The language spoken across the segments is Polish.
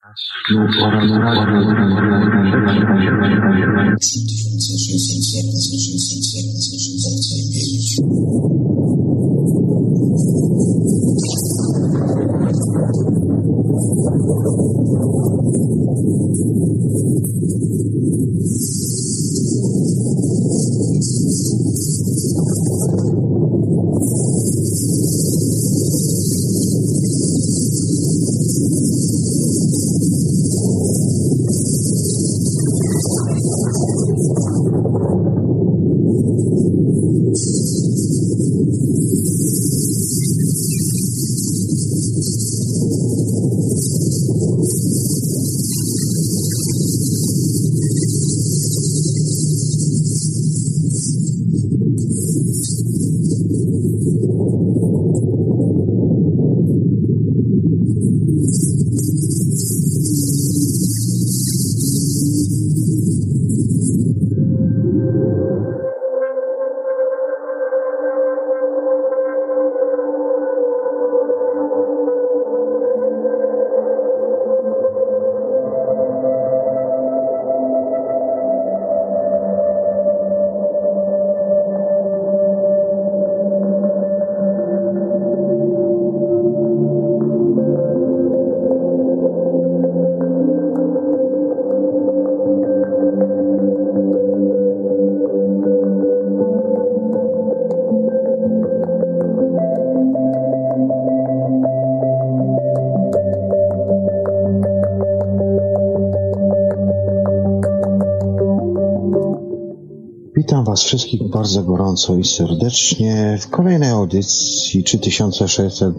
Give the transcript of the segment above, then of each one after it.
Witam Was wszystkich bardzo gorąco i serdecznie w kolejnej audycji 3600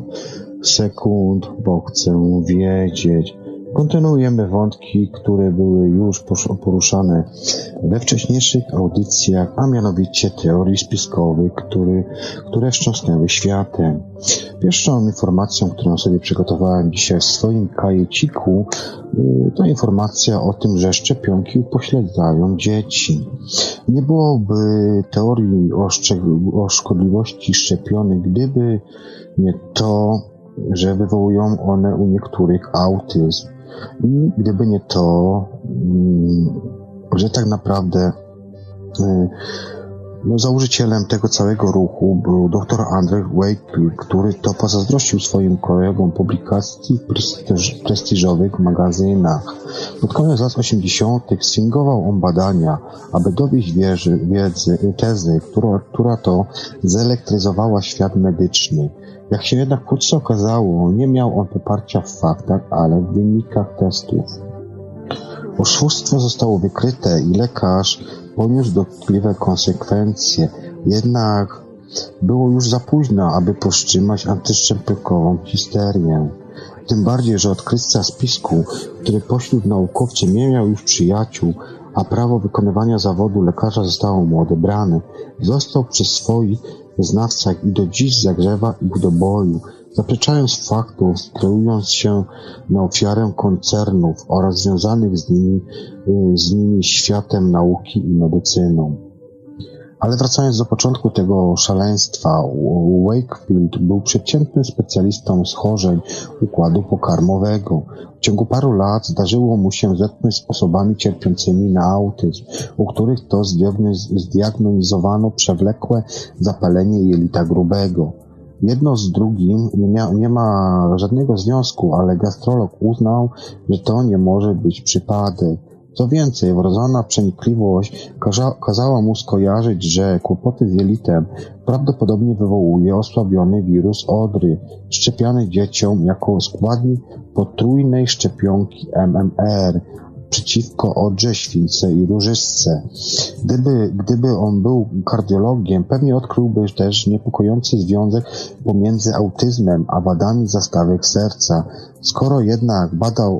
sekund, bo chcę wiedzieć. Kontynuujemy wątki, które były już poruszane we wcześniejszych audycjach, a mianowicie teorii spiskowych, które wstrząsnęły światem. Pierwszą informacją, którą sobie przygotowałem dzisiaj w swoim kajeciku, to informacja o tym, że szczepionki upośledzają dzieci. Nie byłoby teorii o szkodliwości szczepionek, gdyby nie to, że wywołują one u niektórych autyzm. I gdyby nie to, że tak naprawdę założycielem tego całego ruchu był dr Andrew Wakefield, który to pozazdrościł swoim kolegom publikacji w prestiżowych magazynach. Pod koniec lat 80. sfingował on badania, aby dowieść tezy, która to zelektryzowała świat medyczny. Jak się jednak wkrótce okazało, nie miał on poparcia w faktach, ale w wynikach testów. Oszustwo zostało wykryte i lekarz poniósł dotkliwe konsekwencje, jednak było już za późno, aby powstrzymać antyszczepionkową histerię. Tym bardziej, że odkrywca spisku, który pośród naukowców nie miał już przyjaciół, a prawo wykonywania zawodu lekarza zostało mu odebrane, został przez swoich znawcach i do dziś zagrzewa ich do boju, zaprzeczając faktów, kreując się na ofiarę koncernów oraz związanych z nimi światem nauki i medycyną. Ale wracając do początku tego szaleństwa, Wakefield był przeciętnym specjalistą schorzeń układu pokarmowego. W ciągu paru lat zdarzyło mu się zetknąć z osobami cierpiącymi na autyzm, u których to zdiagnozowano przewlekłe zapalenie jelita grubego. Jedno z drugim nie ma żadnego związku, ale gastrolog uznał, że to nie może być przypadek. Co więcej, wrodzona przenikliwość kazała mu skojarzyć, że kłopoty z jelitem prawdopodobnie wywołuje osłabiony wirus odry, szczepiany dzieciom jako składnik potrójnej szczepionki MMR przeciwko odrze, śwince i różyzce. Gdyby on był kardiologiem, pewnie odkryłby też niepokojący związek pomiędzy autyzmem a wadami zastawek serca. Skoro jednak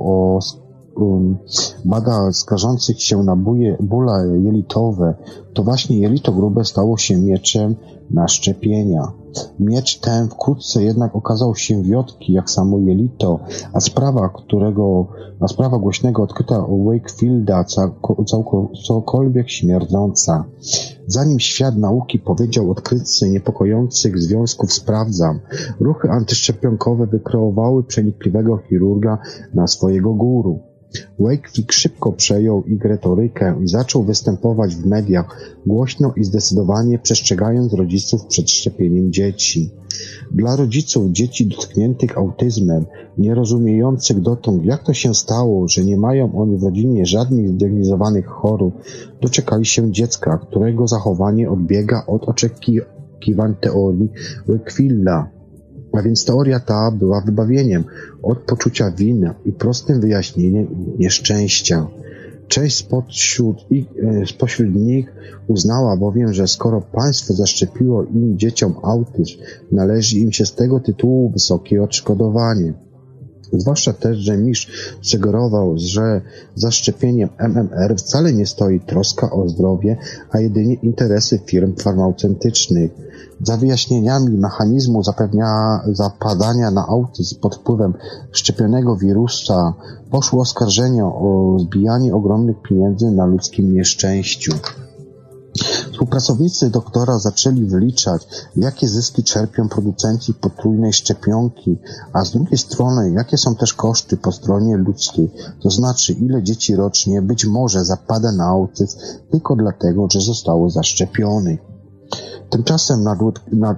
bada skażących się na bóle jelitowe, to właśnie jelito grube stało się mieczem na szczepienia. Miecz ten wkrótce jednak okazał się wiotki jak samo jelito, a sprawa głośnego odkrycia Wakefielda cokolwiek śmierdząca. Zanim świat nauki powiedział odkrywcy niepokojących związków sprawdzam, ruchy antyszczepionkowe wykreowały przenikliwego chirurga na swojego guru. Wakefield szybko przejął ich retorykę i zaczął występować w mediach, głośno i zdecydowanie przestrzegając rodziców przed szczepieniem dzieci. Dla rodziców dzieci dotkniętych autyzmem, nie rozumiejących dotąd, jak to się stało, że nie mają oni w rodzinie żadnych zdiagnozowanych chorób, doczekali się dziecka, którego zachowanie odbiega od oczekiwań teorii Wakefielda. A więc teoria ta była wybawieniem od poczucia winy i prostym wyjaśnieniem nieszczęścia. Część spośród nich uznała bowiem, że skoro państwo zaszczepiło im dzieciom autyzm, należy im się z tego tytułu wysokie odszkodowanie. Zwłaszcza też, że Misz sugerował, że za szczepieniem MMR wcale nie stoi troska o zdrowie, a jedynie interesy firm farmaceutycznych. Za wyjaśnieniami mechanizmu zapadania na autyzm pod wpływem szczepionego wirusa poszło oskarżenie o zbijanie ogromnych pieniędzy na ludzkim nieszczęściu. Współpracownicy doktora zaczęli wyliczać, jakie zyski czerpią producenci potrójnej szczepionki, a z drugiej strony, jakie są też koszty po stronie ludzkiej, to znaczy ile dzieci rocznie być może zapada na autyzm tylko dlatego, że zostało zaszczepionych. Tymczasem nad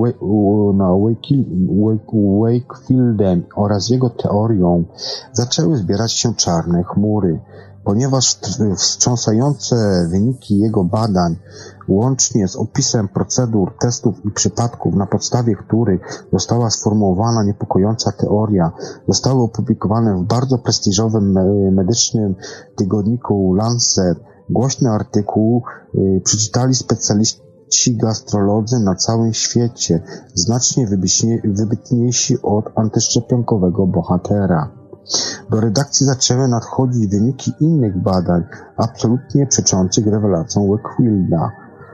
Wakefieldem oraz jego teorią zaczęły zbierać się czarne chmury, ponieważ wstrząsające wyniki jego badań, łącznie z opisem procedur, testów i przypadków, na podstawie których została sformułowana niepokojąca teoria, zostały opublikowane w bardzo prestiżowym medycznym tygodniku Lancet. Głośny artykuł przeczytali specjaliści gastrolodzy na całym świecie, znacznie wybitniejsi od antyszczepionkowego bohatera. Do redakcji zaczęły nadchodzić wyniki innych badań, absolutnie przeczących rewelacjom Wakefielda.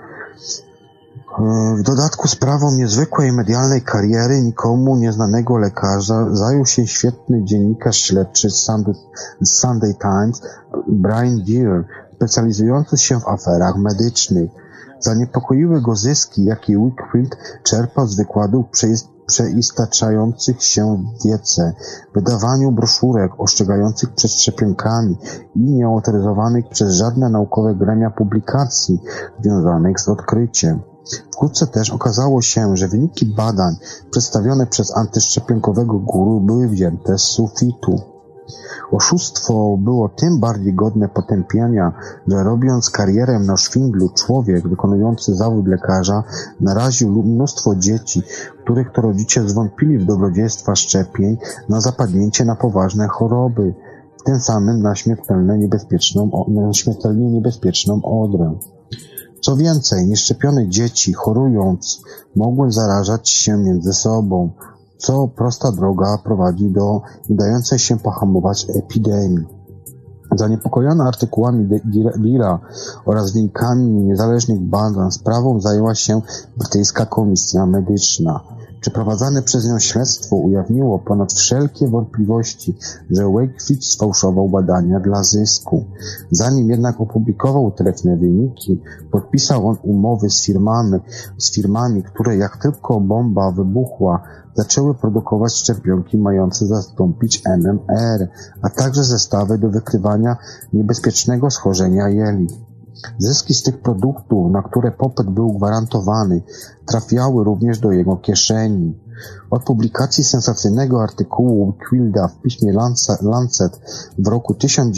W dodatku sprawą niezwykłej medialnej kariery nikomu nieznanego lekarza zajął się świetny dziennikarz śledczy z Sunday Times, Brian Deere, specjalizujący się w aferach medycznych. Zaniepokoiły go zyski, jakie Wakefield czerpał z wykładów przeistaczających się w wiece, wydawaniu broszurek ostrzegających przed szczepionkami i nieautoryzowanych przez żadne naukowe gremia publikacji związanych z odkryciem. Wkrótce też okazało się, że wyniki badań przedstawione przez antyszczepionkowego guru były wzięte z sufitu. Oszustwo było tym bardziej godne potępienia, że robiąc karierę na szwindlu człowiek wykonujący zawód lekarza naraził mnóstwo dzieci, których to rodzice zwątpili w dobrodziejstwa szczepień, na zapadnięcie na poważne choroby, tym samym na śmiertelnie niebezpieczną odrę. Co więcej, nieszczepione dzieci, chorując, mogły zarażać się między sobą, co prosta droga prowadzi do nie dającej się pohamować epidemii. Zaniepokojona artykułami Deera oraz wynikami niezależnych badań sprawą zajęła się brytyjska komisja medyczna. Przeprowadzane przez nią śledztwo ujawniło ponad wszelkie wątpliwości, że Wakefield sfałszował badania dla zysku. Zanim jednak opublikował trefne wyniki, podpisał on umowy z firmami, które jak tylko bomba wybuchła, zaczęły produkować szczepionki mające zastąpić MMR, a także zestawy do wykrywania niebezpiecznego schorzenia jelit. Zyski z tych produktów, na które popyt był gwarantowany, trafiały również do jego kieszeni. Od publikacji sensacyjnego artykułu Wakefielda w piśmie Lancet w roku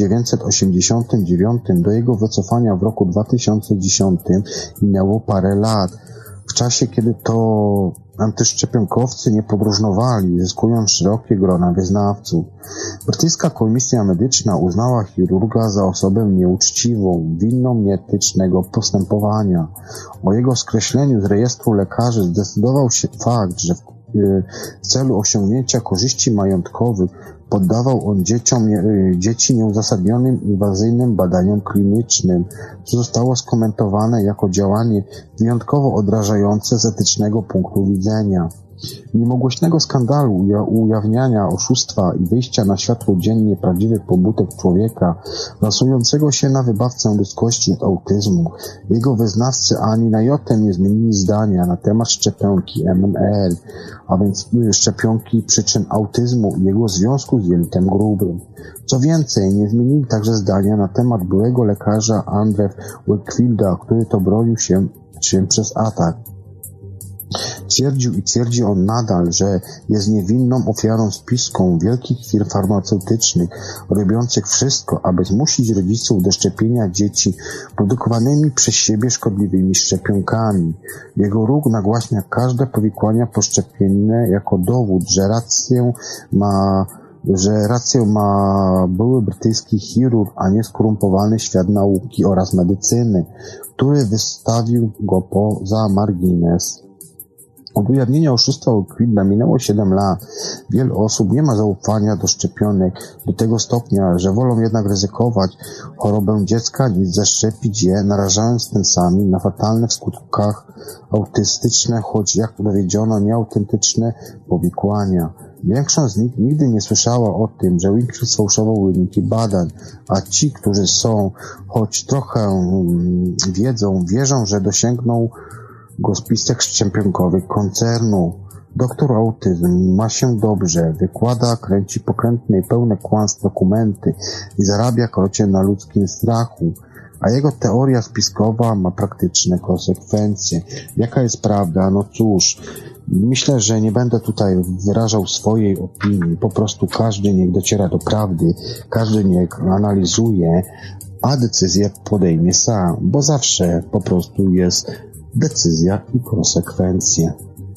1989 do jego wycofania w roku 2010 minęło parę lat. W czasie, kiedy to antyszczepionkowcy nie podróżnowali, zyskując szerokie grona wyznawców. Brytyjska komisja medyczna uznała chirurga za osobę nieuczciwą, winną nieetycznego postępowania. O jego skreśleniu z rejestru lekarzy zdecydował się fakt, że w celu osiągnięcia korzyści majątkowych poddawał on dzieci nieuzasadnionym inwazyjnym badaniom klinicznym, co zostało skomentowane jako działanie wyjątkowo odrażające z etycznego punktu widzenia. Mimo głośnego skandalu ujawniania oszustwa i wyjścia na światło dziennie prawdziwych pobudek człowieka lasującego się na wybawcę ludzkości od autyzmu, jego wyznawcy ani na jotę nie zmienili zdania na temat szczepionki MMR, a więc szczepionki przyczyn autyzmu i jego związku z jelitem grubym. Co więcej, nie zmienili także zdania na temat byłego lekarza Andrew Wakefielda, który to bronił się przez atak. Twierdzi on nadal, że jest niewinną ofiarą spiską wielkich firm farmaceutycznych, robiących wszystko, aby zmusić rodziców do szczepienia dzieci produkowanymi przez siebie szkodliwymi szczepionkami. Jego ruch nagłaśnia każde powikłania poszczepienne jako dowód, że rację ma były brytyjski chirurg, a nie skorumpowany świat nauki oraz medycyny, który wystawił go poza margines. Od ujawnienia oszustwa Wakefielda minęło 7 lat. Wielu osób nie ma zaufania do szczepionek do tego stopnia, że wolą jednak ryzykować chorobę dziecka niż zaszczepić je, narażając tym samym na fatalne w skutkach autystyczne, choć jak dowiedziono nieautentyczne powikłania. Większość z nich nigdy nie słyszała o tym, że Wakefield sfałszował wyniki badań, a ci, którzy są, choć trochę wierzą, że dosięgną go spisek szczepionkowych koncernu. Doktor autyzm ma się dobrze, wykłada, kręci pokrętne i pełne kłamstw dokumenty i zarabia krocie na ludzkim strachu, a jego teoria spiskowa ma praktyczne konsekwencje. Jaka jest prawda? No cóż, myślę, że nie będę tutaj wyrażał swojej opinii, po prostu każdy niech dociera do prawdy, każdy niech analizuje, a decyzję podejmie sam, bo zawsze po prostu jest decyzja i konsekwencje.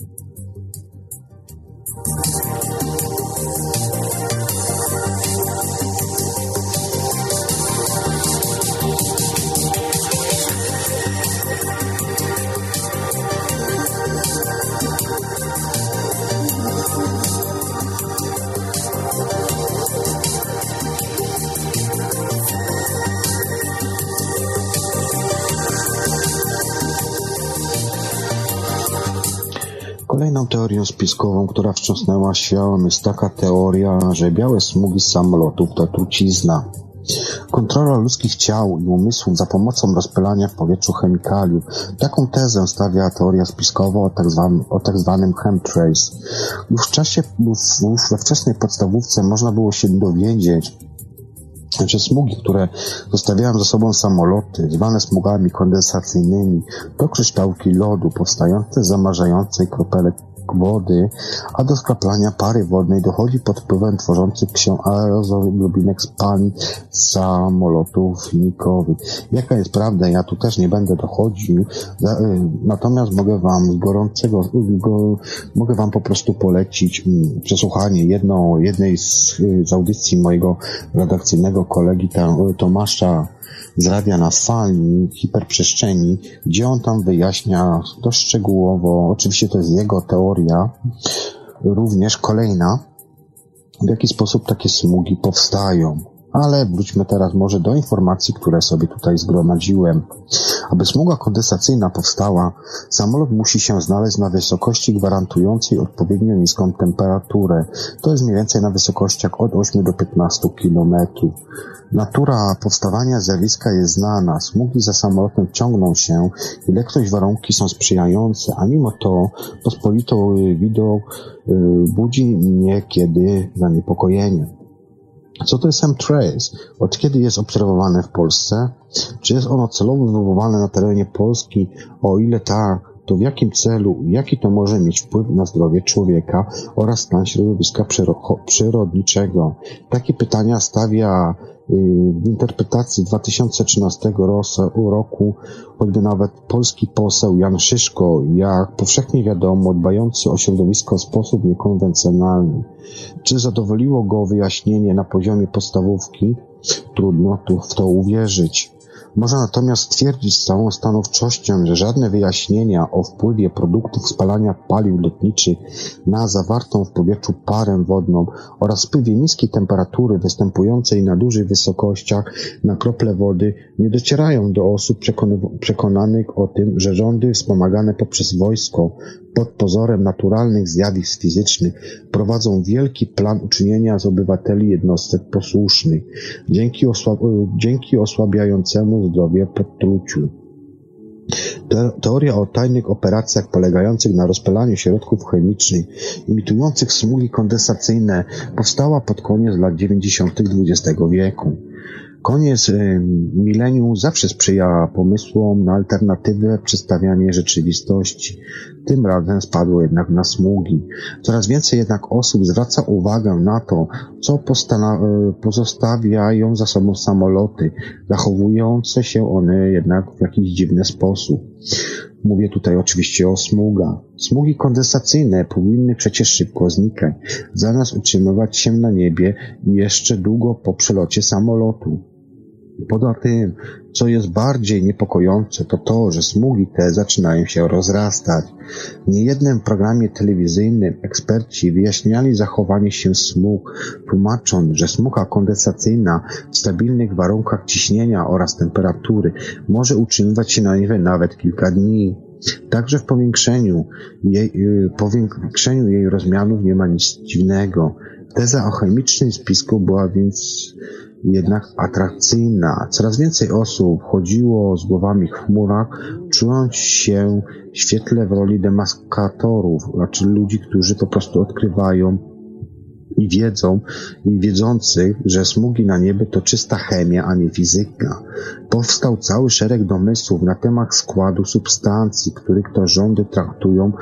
Kolejną teorią spiskową, która wstrząsnęła światem, jest taka teoria, że białe smugi z samolotów to trucizna. Kontrola ludzkich ciał i umysłów za pomocą rozpylania w powietrzu chemikaliów. Taką tezę stawia teoria spiskowa o tak zwanym chemtrails. Już we wczesnej podstawówce można było się dowiedzieć, że smugi, które zostawiają za sobą samoloty, zwane smugami kondensacyjnymi, to kryształki lodu powstające z zamarzającej kropelek wody, a do skraplania pary wodnej dochodzi pod wpływem tworzących się aerozol grubinek spalin z samolotów filmikowych. Jaka jest prawda? Ja tu też nie będę dochodził, natomiast mogę wam po prostu polecić przesłuchanie jednej z audycji mojego redakcyjnego kolegi Tomasza z Radia na Fali, Hiperprzestrzeni, gdzie on tam wyjaśnia dość szczegółowo, oczywiście to jest jego teoria, również kolejna, w jaki sposób takie smugi powstają. Ale wróćmy teraz może do informacji, które sobie tutaj zgromadziłem. Aby smuga kondensacyjna powstała, samolot musi się znaleźć na wysokości gwarantującej odpowiednio niską temperaturę. To jest mniej więcej na wysokościach od 8 do 15 km. Natura powstawania zjawiska jest znana. Smugi za samolotem ciągną się, ilekroć warunki są sprzyjające, a mimo to pospolito widok budzi niekiedy zaniepokojenie. Co to jest chemtrails? Od kiedy jest obserwowane w Polsce? Czy jest ono celowo wywoływane na terenie Polski? O ile tak, to w jakim celu, jaki to może mieć wpływ na zdrowie człowieka oraz stan środowiska przyrodniczego? Takie pytania stawia w interpretacji 2013 roku choćby nawet polski poseł Jan Szyszko, jak powszechnie wiadomo, dbający o środowisko w sposób niekonwencjonalny. Czy zadowoliło go wyjaśnienie na poziomie podstawówki? Trudno tu w to uwierzyć. Można natomiast stwierdzić z całą stanowczością, że żadne wyjaśnienia o wpływie produktów spalania paliw lotniczych na zawartą w powietrzu parę wodną oraz wpływie niskiej temperatury występującej na dużych wysokościach na krople wody nie docierają do osób przekonanych o tym, że rządy wspomagane poprzez wojsko pod pozorem naturalnych zjawisk fizycznych prowadzą wielki plan uczynienia z obywateli jednostek posłusznych dzięki osłabiającemu zdrowie podtruciu. Teoria o tajnych operacjach polegających na rozpylaniu środków chemicznych imitujących smugi kondensacyjne powstała pod koniec lat 90. XX wieku. Koniec milenium zawsze sprzyja pomysłom na alternatywne przedstawianie rzeczywistości. Tym razem spadło jednak na smugi. Coraz więcej jednak osób zwraca uwagę na to, co pozostawiają za sobą samoloty, zachowujące się one jednak w jakiś dziwny sposób. Mówię tutaj oczywiście o smugach. Smugi kondensacyjne powinny przecież szybko znikać, zamiast utrzymywać się na niebie jeszcze długo po przelocie samolotu. Poza tym, co jest bardziej niepokojące, to to, że smugi te zaczynają się rozrastać. W niejednym programie telewizyjnym eksperci wyjaśniali zachowanie się smug, tłumacząc, że smuga kondensacyjna w stabilnych warunkach ciśnienia oraz temperatury może utrzymywać się na niebie nawet kilka dni. Także w powiększeniu jej rozmiarów nie ma nic dziwnego. Teza o chemicznym spisku była więc jednak atrakcyjna. Coraz więcej osób chodziło z głowami w chmurach, czując się w świetle w roli demaskatorów, znaczy ludzi, którzy po prostu odkrywają i wiedzących, że smugi na niebie to czysta chemia, a nie fizyka. Powstał cały szereg domysłów na temat składu substancji, których to rządy traktują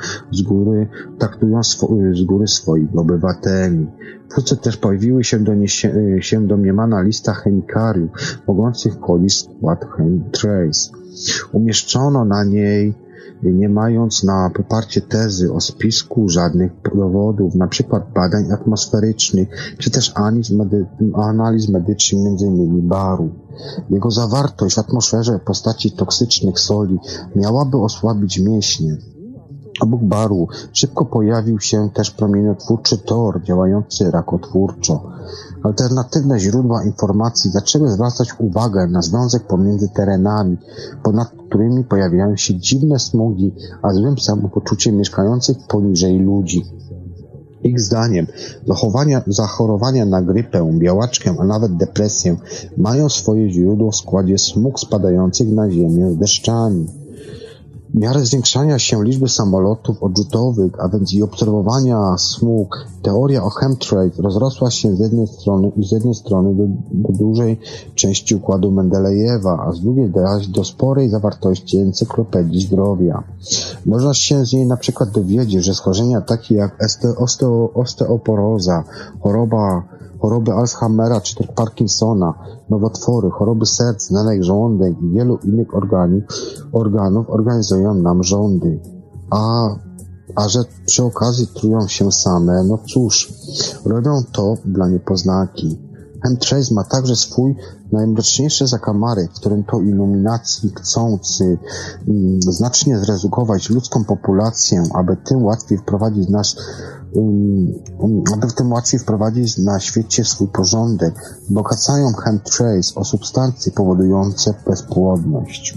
z góry swoich obywateli. Wkrótce też pojawiły się domniemana lista chemikaliów mogących wchodzić w skład Chemtrace. Umieszczono na niej, nie mając na poparcie tezy o spisku żadnych dowodów, na przykład badań atmosferycznych, czy też analiz medycznych, m.in. baru. Jego zawartość w atmosferze w postaci toksycznych soli miałaby osłabić mięśnie. Obok baru szybko pojawił się też promieniotwórczy tor działający rakotwórczo. Alternatywne źródła informacji zaczęły zwracać uwagę na związek pomiędzy terenami, ponad którymi pojawiają się dziwne smugi, a złym samopoczuciem mieszkających poniżej ludzi. Ich zdaniem zachorowania na grypę, białaczkę, a nawet depresję mają swoje źródło w składzie smug spadających na ziemię z deszczami. W miarę zwiększania się liczby samolotów odrzutowych, a więc i obserwowania smug, teoria o chemtrails rozrosła się z jednej strony do dużej części układu Mendelejewa, a z drugiej zaś do sporej zawartości encyklopedii zdrowia. Można się z niej na przykład dowiedzieć, że schorzenia takie jak osteoporoza, choroby Alzheimera czy też Parkinsona, nowotwory, choroby serc, nerek, żołądek i wielu innych organów organizują nam rządy. A że przy okazji trują się same, no cóż, robią to dla niepoznaki. Chemtrails ma także swój najmroczniejszy zakamarek, w którym to iluminacji chcący znacznie zredukować ludzką populację, aby w tym łatwiej wprowadzić na świecie swój porządek, bogacają chemtrails o substancje powodujące bezpłodność.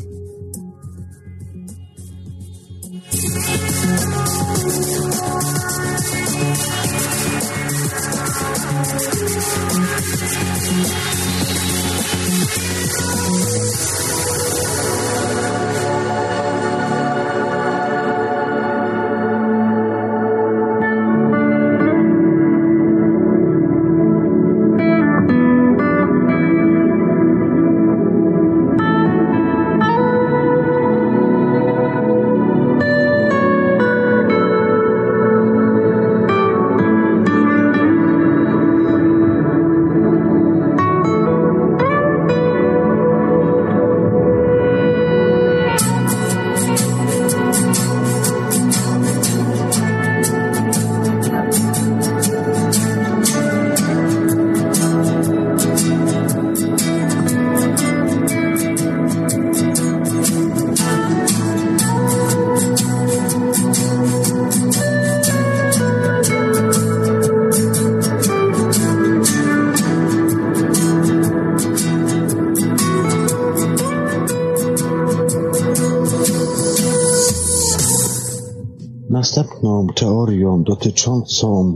Następną teorią dotyczącą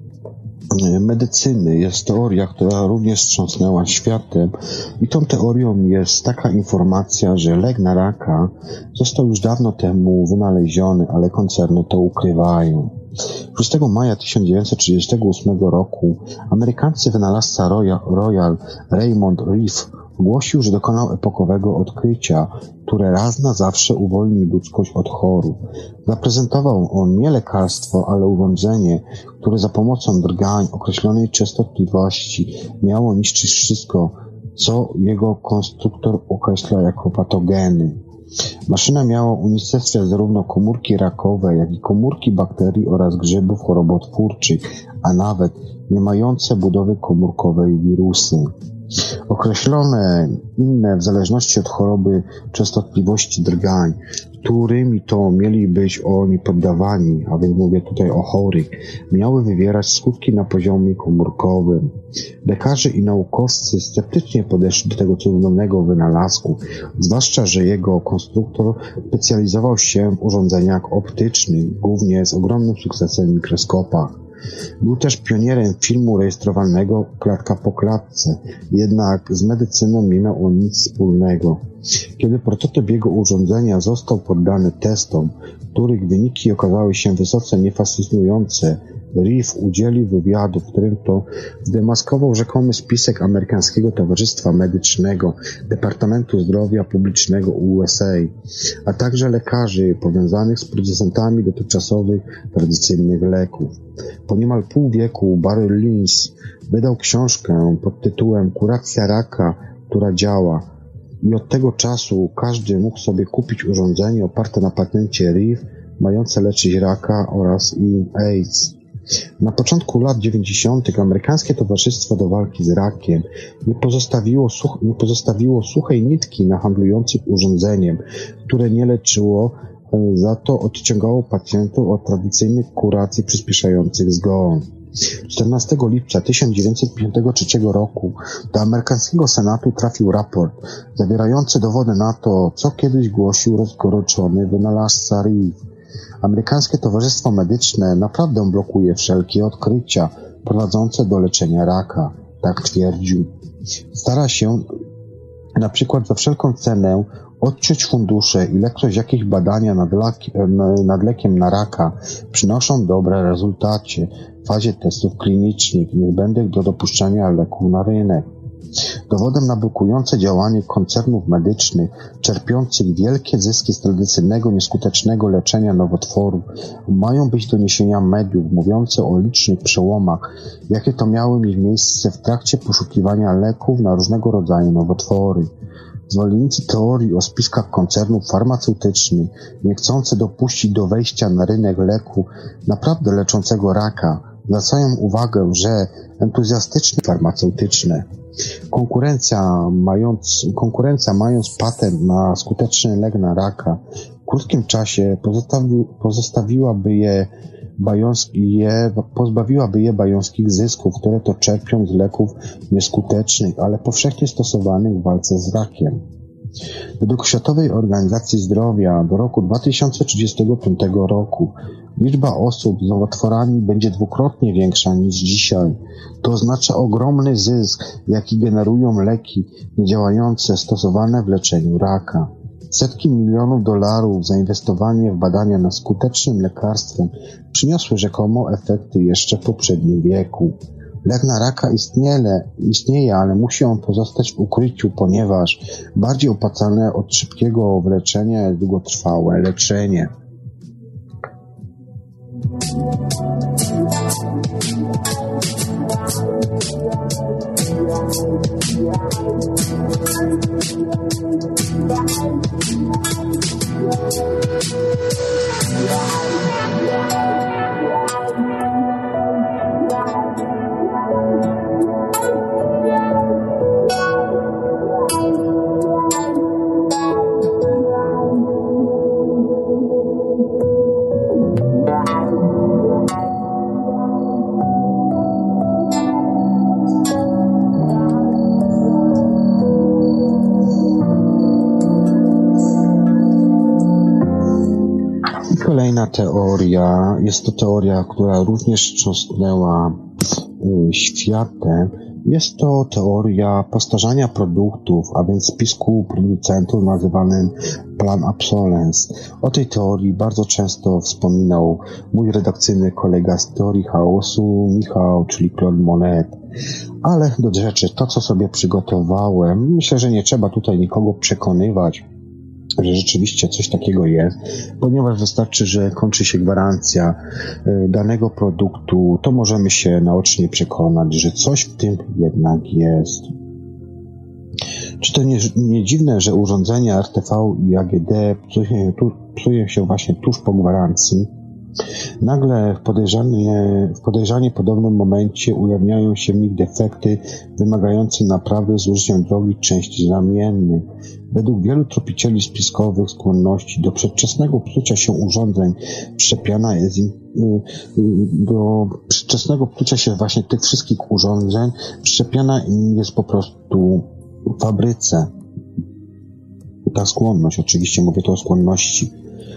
medycyny jest teoria, która również wstrząsnęła światem i tą teorią jest taka informacja, że lek na raka został już dawno temu wynaleziony, ale koncerny to ukrywają. 6 maja 1938 roku amerykański wynalazca Royal Raymond Reef ogłosił, że dokonał epokowego odkrycia, które raz na zawsze uwolni ludzkość od chorób. Zaprezentował on nie lekarstwo, ale urządzenie, które za pomocą drgań określonej częstotliwości miało niszczyć wszystko, co jego konstruktor określa jako patogeny. Maszyna miała unicestwiać zarówno komórki rakowe, jak i komórki bakterii oraz grzybów chorobotwórczych, a nawet nie mające budowy komórkowej wirusy. Określone inne w zależności od choroby częstotliwości drgań, którymi to mieli być oni poddawani, a więc mówię tutaj o chorych, miały wywierać skutki na poziomie komórkowym. Lekarze i naukowcy sceptycznie podeszli do tego cudownego wynalazku, zwłaszcza, że jego konstruktor specjalizował się w urządzeniach optycznych, głównie z ogromnym sukcesem w mikroskopach. Był też pionierem filmu rejestrowanego klatka po klatce, jednak z medycyną nie miał on nic wspólnego. Kiedy prototyp jego urządzenia został poddany testom, których wyniki okazały się wysoce niefascynujące, Reef udzielił wywiadu, w którym to zdemaskował rzekomy spisek Amerykańskiego Towarzystwa Medycznego, Departamentu Zdrowia Publicznego USA, a także lekarzy powiązanych z producentami dotychczasowych tradycyjnych leków. Po niemal pół wieku Barry Lynch wydał książkę pod tytułem Kuracja raka, która działa, i od tego czasu każdy mógł sobie kupić urządzenie oparte na patencie Reef, mające leczyć raka oraz AIDS. Na początku lat 90. Amerykańskie Towarzystwo do Walki z Rakiem nie pozostawiło suchej nitki na handlujących urządzeniem, które nie leczyło, za to odciągało pacjentów od tradycyjnych kuracji przyspieszających zgon. 14 lipca 1953 roku do amerykańskiego Senatu trafił raport zawierający dowody na to, co kiedyś głosił rozgoryczony wynalazca Reef. Amerykańskie Towarzystwo Medyczne naprawdę blokuje wszelkie odkrycia prowadzące do leczenia raka, tak twierdził. Stara się na przykład za wszelką cenę odciąć fundusze, ilekroć jakieś badania nad lekiem na raka przynoszą dobre rezultaty w fazie testów klinicznych niezbędnych do dopuszczenia leków na rynek. Dowodem na blokujące działanie koncernów medycznych, czerpiących wielkie zyski z tradycyjnego, nieskutecznego leczenia nowotworów, mają być doniesienia mediów mówiące o licznych przełomach, jakie to miały mieć miejsce w trakcie poszukiwania leków na różnego rodzaju nowotwory. Zwolennicy teorii o spiskach koncernów farmaceutycznych, nie chcący dopuścić do wejścia na rynek leku naprawdę leczącego raka, zwracają uwagę, że entuzjastycznie farmaceutyczne konkurencja mając patent na skuteczny lek na raka, w krótkim czasie pozbawiłaby je bajońskich zysków, które to czerpią z leków nieskutecznych, ale powszechnie stosowanych w walce z rakiem. Według Światowej Organizacji Zdrowia do roku 2035 roku liczba osób z nowotworami będzie dwukrotnie większa niż dzisiaj. To oznacza ogromny zysk, jaki generują leki niedziałające stosowane w leczeniu raka. Setki milionów dolarów zainwestowanie w badania nad skutecznym lekarstwem przyniosły rzekomo efekty jeszcze w poprzednim wieku. Lek na raka istnieje, ale musi on pozostać w ukryciu, ponieważ bardziej opłacalne od szybkiego wyleczenia jest długotrwałe leczenie. Kolejna teoria, jest to teoria, która również wstrząsnęła światem. Jest to teoria postarzania produktów, a więc spisku producentów nazywanym plan obsolescence. O tej teorii bardzo często wspominał mój redakcyjny kolega z teorii chaosu, Michał, czyli Claude Monet. Ale do rzeczy, to co sobie przygotowałem, myślę, że nie trzeba tutaj nikogo przekonywać, że rzeczywiście coś takiego jest, ponieważ wystarczy, że kończy się gwarancja danego produktu, to możemy się naocznie przekonać, że coś w tym jednak jest. Czy to nie dziwne, że urządzenia RTV i AGD psują się właśnie tuż po gwarancji? Nagle w podejrzanie podobnym momencie ujawniają się w nich defekty wymagające naprawdę zużycia drogich części zamiennych. Według wielu tropicieli spiskowych skłonności do przedwczesnego psucia się urządzeń do przedwczesnego psucia się właśnie tych wszystkich urządzeń przyczepiana im jest po prostu w fabryce. Ta skłonność, oczywiście mówię tu o skłonności.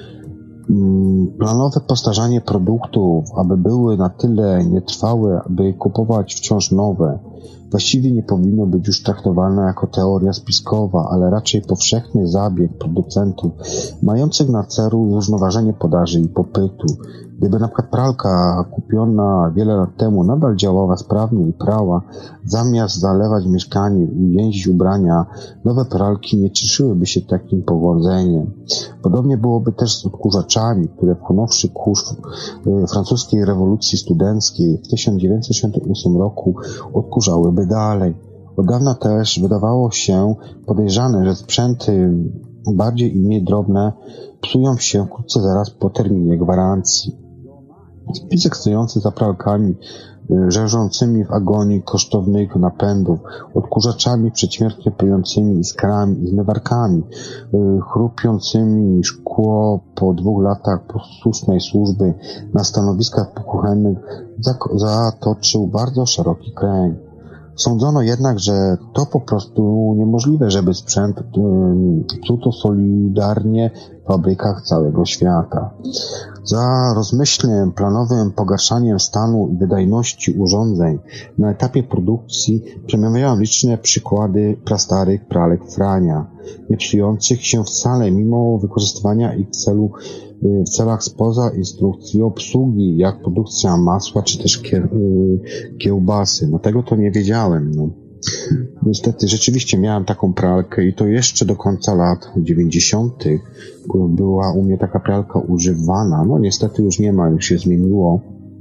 Planowe postarzanie produktów, aby były na tyle nietrwałe, aby kupować wciąż nowe, właściwie nie powinno być już traktowane jako teoria spiskowa, ale raczej powszechny zabieg producentów mających na celu zrównoważenie podaży i popytu. Gdyby na przykład pralka kupiona wiele lat temu nadal działała sprawnie i prała, zamiast zalewać mieszkanie i więzić ubrania, nowe pralki nie cieszyłyby się takim powodzeniem. Podobnie byłoby też z odkurzaczami, które wchłonąwszy kurz francuskiej rewolucji studenckiej w 1968 roku odkurzałyby dalej. Od dawna też wydawało się podejrzane, że sprzęty bardziej i mniej drobne psują się wkrótce zaraz po terminie gwarancji. Spisek stojący za pralkami, żerzącymi w agonii kosztownych napędów, odkurzaczami przedśmiertnie plującymi iskrami i zmywarkami, chrupiącymi szkło po 2 latach posłusznej służby na stanowiskach kuchennych zatoczył bardzo szeroki kręg. Sądzono jednak, że to po prostu niemożliwe, żeby sprzęt psuto solidarnie w fabrykach całego świata. Za rozmyślnym, planowym pogarszaniem stanu i wydajności urządzeń na etapie produkcji przemawiają liczne przykłady prastarych pralek Frania, nie psujących się wcale mimo wykorzystywania ich w celach spoza instrukcji obsługi, jak produkcja masła czy też kiełbasy. No tego to nie wiedziałem. No. Niestety rzeczywiście miałem taką pralkę i to jeszcze do końca lat 90. była u mnie taka pralka używana. No niestety już nie ma, już się zmieniło,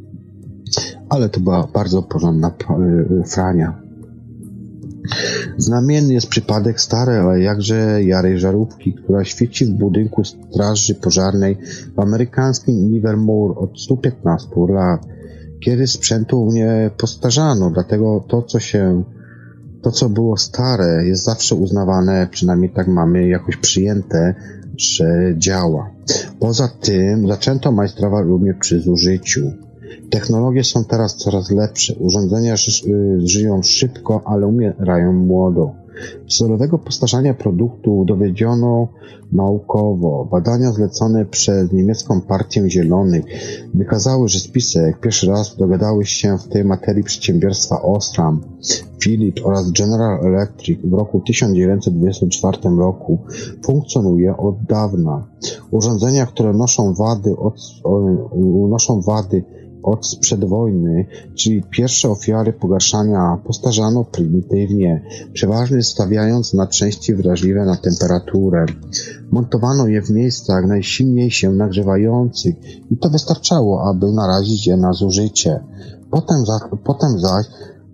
ale to była bardzo porządna Frania. Znamienny jest przypadek starej, ale jakże jarej żarówki, która świeci w budynku straży pożarnej w amerykańskim Livermore od 115 lat, kiedy sprzętu nie postarzano, dlatego to co było stare jest zawsze uznawane, przynajmniej tak mamy jakoś przyjęte, że działa. Poza tym zaczęto majstrować również przy zużyciu. Technologie są teraz coraz lepsze. Urządzenia żyją szybko, ale umierają młodo. Celowego postarzania produktu dowiedziono naukowo. Badania zlecone przez niemiecką partię Zielonych wykazały, że spisek pierwszy raz dogadały się w tej materii przedsiębiorstwa Osram, Philips oraz General Electric w roku 1924 roku funkcjonuje od dawna. Urządzenia, które noszą wady od sprzed wojny, czyli pierwsze ofiary pogarszania, postarzano prymitywnie, przeważnie stawiając na części wrażliwe na temperaturę. Montowano je w miejscach najsilniej się nagrzewających i to wystarczało, aby narazić je na zużycie. Potem zaś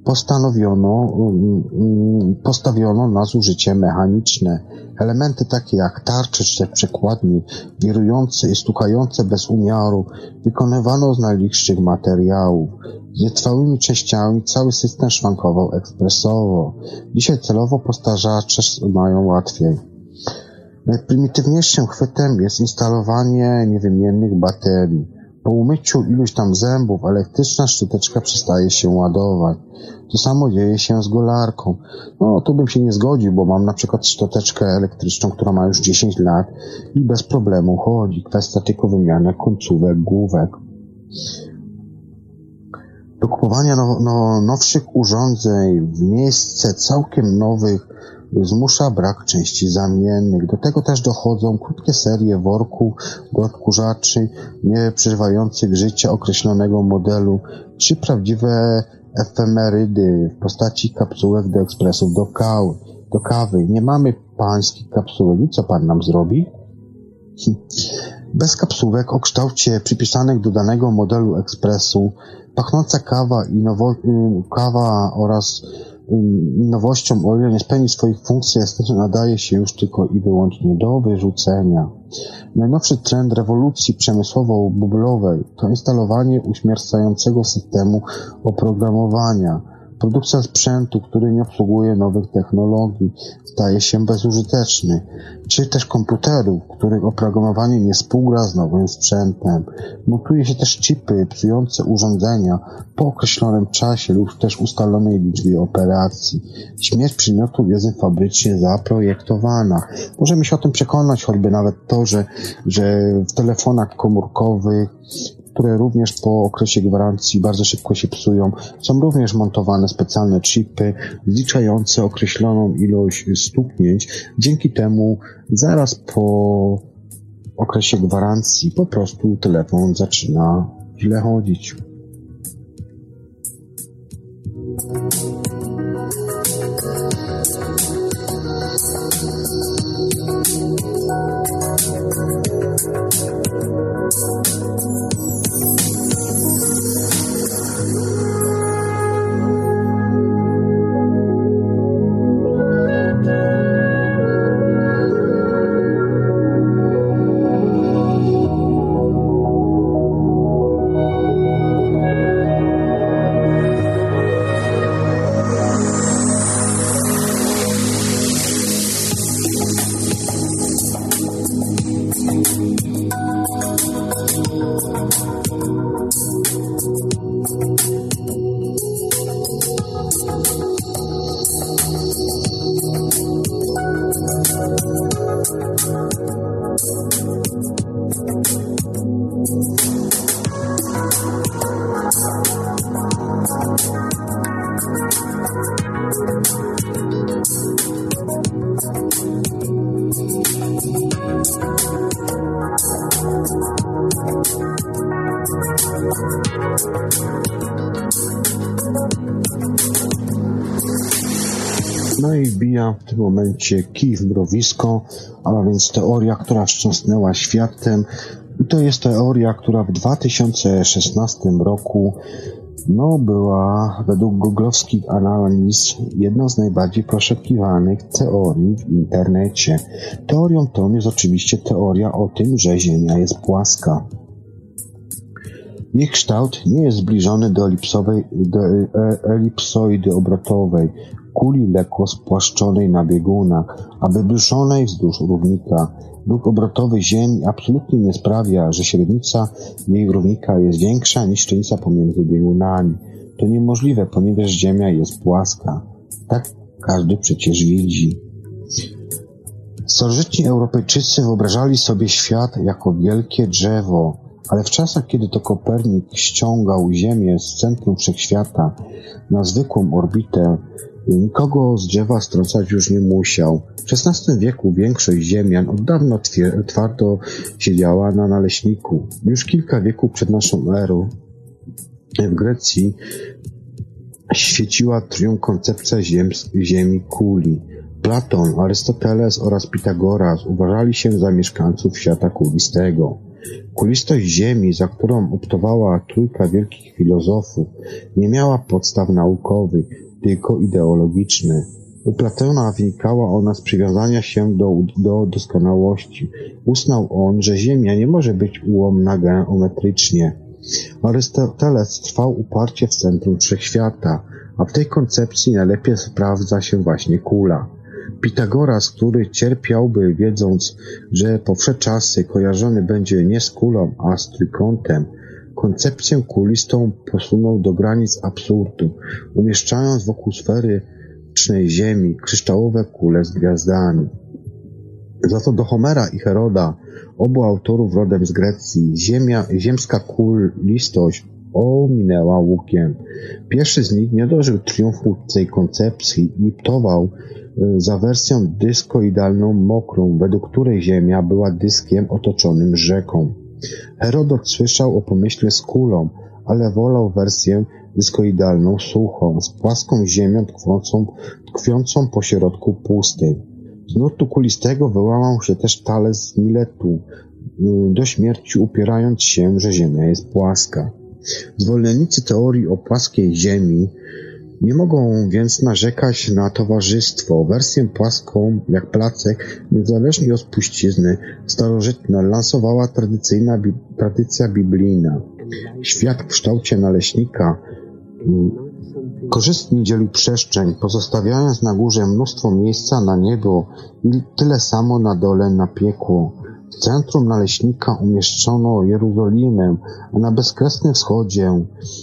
postawiono na zużycie mechaniczne. Elementy takie jak tarcze czy przekładnie, wirujące i stukające bez umiaru, wykonywano z najlichszych materiałów. Z nietrwałymi częściami cały system szwankował ekspresowo. Dzisiaj celowo postarzacze mają łatwiej. Najprymitywniejszym chwytem jest instalowanie niewymiennych baterii. Po umyciu iluś tam zębów elektryczna szczoteczka przestaje się ładować. To samo dzieje się z golarką. No, tu bym się nie zgodził, bo mam na przykład szczoteczkę elektryczną, która ma już 10 lat i bez problemu chodzi. Kwestia tylko wymiany końcówek, główek. Do kupowania nowszych urządzeń w miejsce całkiem nowych zmusza brak części zamiennych. Do tego też dochodzą krótkie serie worków do odkurzaczy nie przeżywających życia określonego modelu, czy prawdziwe efemerydy w postaci kapsułek do ekspresów do kawy. Nie mamy pańskich kapsułek. I co pan nam zrobi? Bez kapsułek o kształcie przypisanych do danego modelu ekspresu, pachnąca kawa oraz nowością, o ile nie spełni swoich funkcji estetycznych, nadaje się już tylko i wyłącznie do wyrzucenia. Najnowszy trend rewolucji przemysłowo-bublowej to instalowanie uśmiercającego systemu oprogramowania. Produkcja sprzętu, który nie obsługuje nowych technologii, staje się bezużyteczny, czy też komputerów, których oprogramowanie nie współgra z nowym sprzętem. Montuje się też chipy psujące urządzenia po określonym czasie lub też ustalonej liczbie operacji. Śmierć przedmiotów jest fabrycznie zaprojektowana. Możemy się o tym przekonać, choćby nawet to, że w telefonach komórkowych, które również po okresie gwarancji bardzo szybko się psują, są również montowane specjalne chipy zliczające określoną ilość stuknięć. Dzięki temu zaraz po okresie gwarancji po prostu telefon zaczyna źle chodzić. No i wbija w tym momencie kij w mrowisko, a więc teoria, która wstrząsnęła światem. I to jest teoria, która w 2016 roku była według googlowskich analiz jedną z najbardziej poszukiwanych teorii w internecie. Teorią tą jest oczywiście teoria o tym, że Ziemia jest płaska. Jej kształt nie jest zbliżony do elipsoidy obrotowej, kuli lekko spłaszczonej na biegunach, a wyduszonej wzdłuż równika. Ruch obrotowy Ziemi absolutnie nie sprawia, że średnica jej równika jest większa niż średnica pomiędzy biegunami. To niemożliwe, ponieważ Ziemia jest płaska. Tak każdy przecież widzi. Starożytni Europejczycy wyobrażali sobie świat jako wielkie drzewo, ale w czasach, kiedy to Kopernik ściągał Ziemię z centrum wszechświata na zwykłą orbitę, nikogo z drzewa strącać już nie musiał. W XVI wieku większość Ziemian od dawna twardo siedziała na naleśniku. Już kilka wieków przed naszą erą w Grecji świeciła triumf koncepcja Ziemi kuli. Platon, Arystoteles oraz Pitagoras uważali się za mieszkańców świata kulistego. Kulistość Ziemi, za którą optowała trójka wielkich filozofów, nie miała podstaw naukowych, tylko ideologiczne. U Platona wynikała ona z przywiązania się do doskonałości. Uznał on, że Ziemia nie może być ułomna geometrycznie. Arystoteles trwał uparcie w centrum wszechświata, a w tej koncepcji najlepiej sprawdza się właśnie kula. Pitagoras, który cierpiałby, wiedząc, że po wsze czasy kojarzony będzie nie z kulą, a z trójkątem, Koncepcję kulistą posunął do granic absurdu, umieszczając wokół sferycznej Ziemi kryształowe kule z gwiazdami. Za to do Homera i Heroda, obu autorów rodem z Grecji, ziemska kulistość ominęła łukiem. Pierwszy z nich nie dożył triumfu tej koncepcji i ptował za wersją dyskoidalną mokrą, według której Ziemia była dyskiem otoczonym rzeką. Herodot słyszał o pomyśle z kulą, ale wolał wersję dyskoidalną suchą, z płaską ziemią tkwiącą pośrodku pustyń. Z nurtu kulistego wyłamał się też Tales z Miletu, do śmierci upierając się, że Ziemia jest płaska. Zwolennicy teorii o płaskiej Ziemi nie mogą więc narzekać na towarzystwo. Wersję płaską, jak placek, niezależnie od spuścizny, starożytna lansowała tradycja biblijna. Świat w kształcie naleśnika korzystnie dzielił przestrzeń, pozostawiając na górze mnóstwo miejsca na niebo i tyle samo na dole na piekło. W centrum naleśnika umieszczono Jerozolimę, a na bezkresnym wschodzie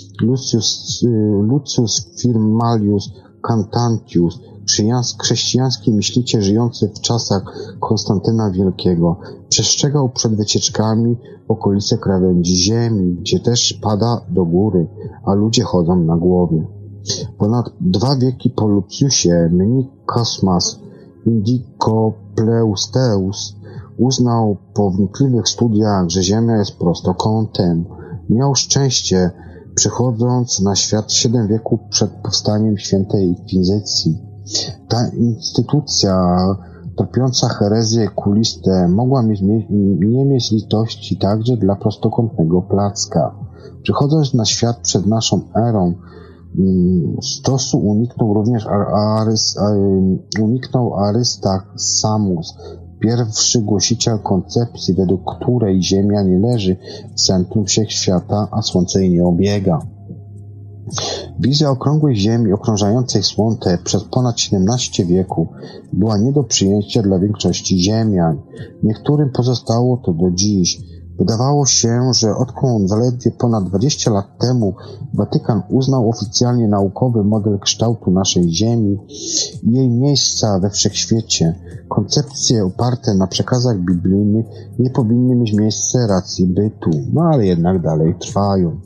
Lucius Firmalius Cantantius, chrześcijański myśliciel żyjący w czasach Konstantyna Wielkiego, przestrzegał przed wycieczkami w okolice krawędzi ziemi, gdzie też pada do góry, a ludzie chodzą na głowie. Ponad 2 wieki po Luciusie mnich Cosmas Indicopleustheus uznał po wnikliwych studiach, że Ziemia jest prostokątem. Miał szczęście, przychodząc na świat 7 wieków przed powstaniem świętej Inkwizycji. Ta instytucja tropiąca herezję kuliste mogła nie mieć litości także dla prostokątnego placka. Przychodząc na świat przed naszą erą, stosu uniknął Arystach Samus, pierwszy głosiciel koncepcji, według której Ziemia nie leży w centrum wszechświata, a Słońce jej nie obiega. Wizja okrągłej Ziemi okrążającej Słońce przez ponad 17 wieków była nie do przyjęcia dla większości Ziemian. Niektórym pozostało to do dziś. Wydawało się, że odkąd zaledwie ponad 20 lat temu Watykan uznał oficjalnie naukowy model kształtu naszej Ziemi i jej miejsca we wszechświecie, koncepcje oparte na przekazach biblijnych nie powinny mieć miejsca racji bytu, no ale jednak dalej trwają.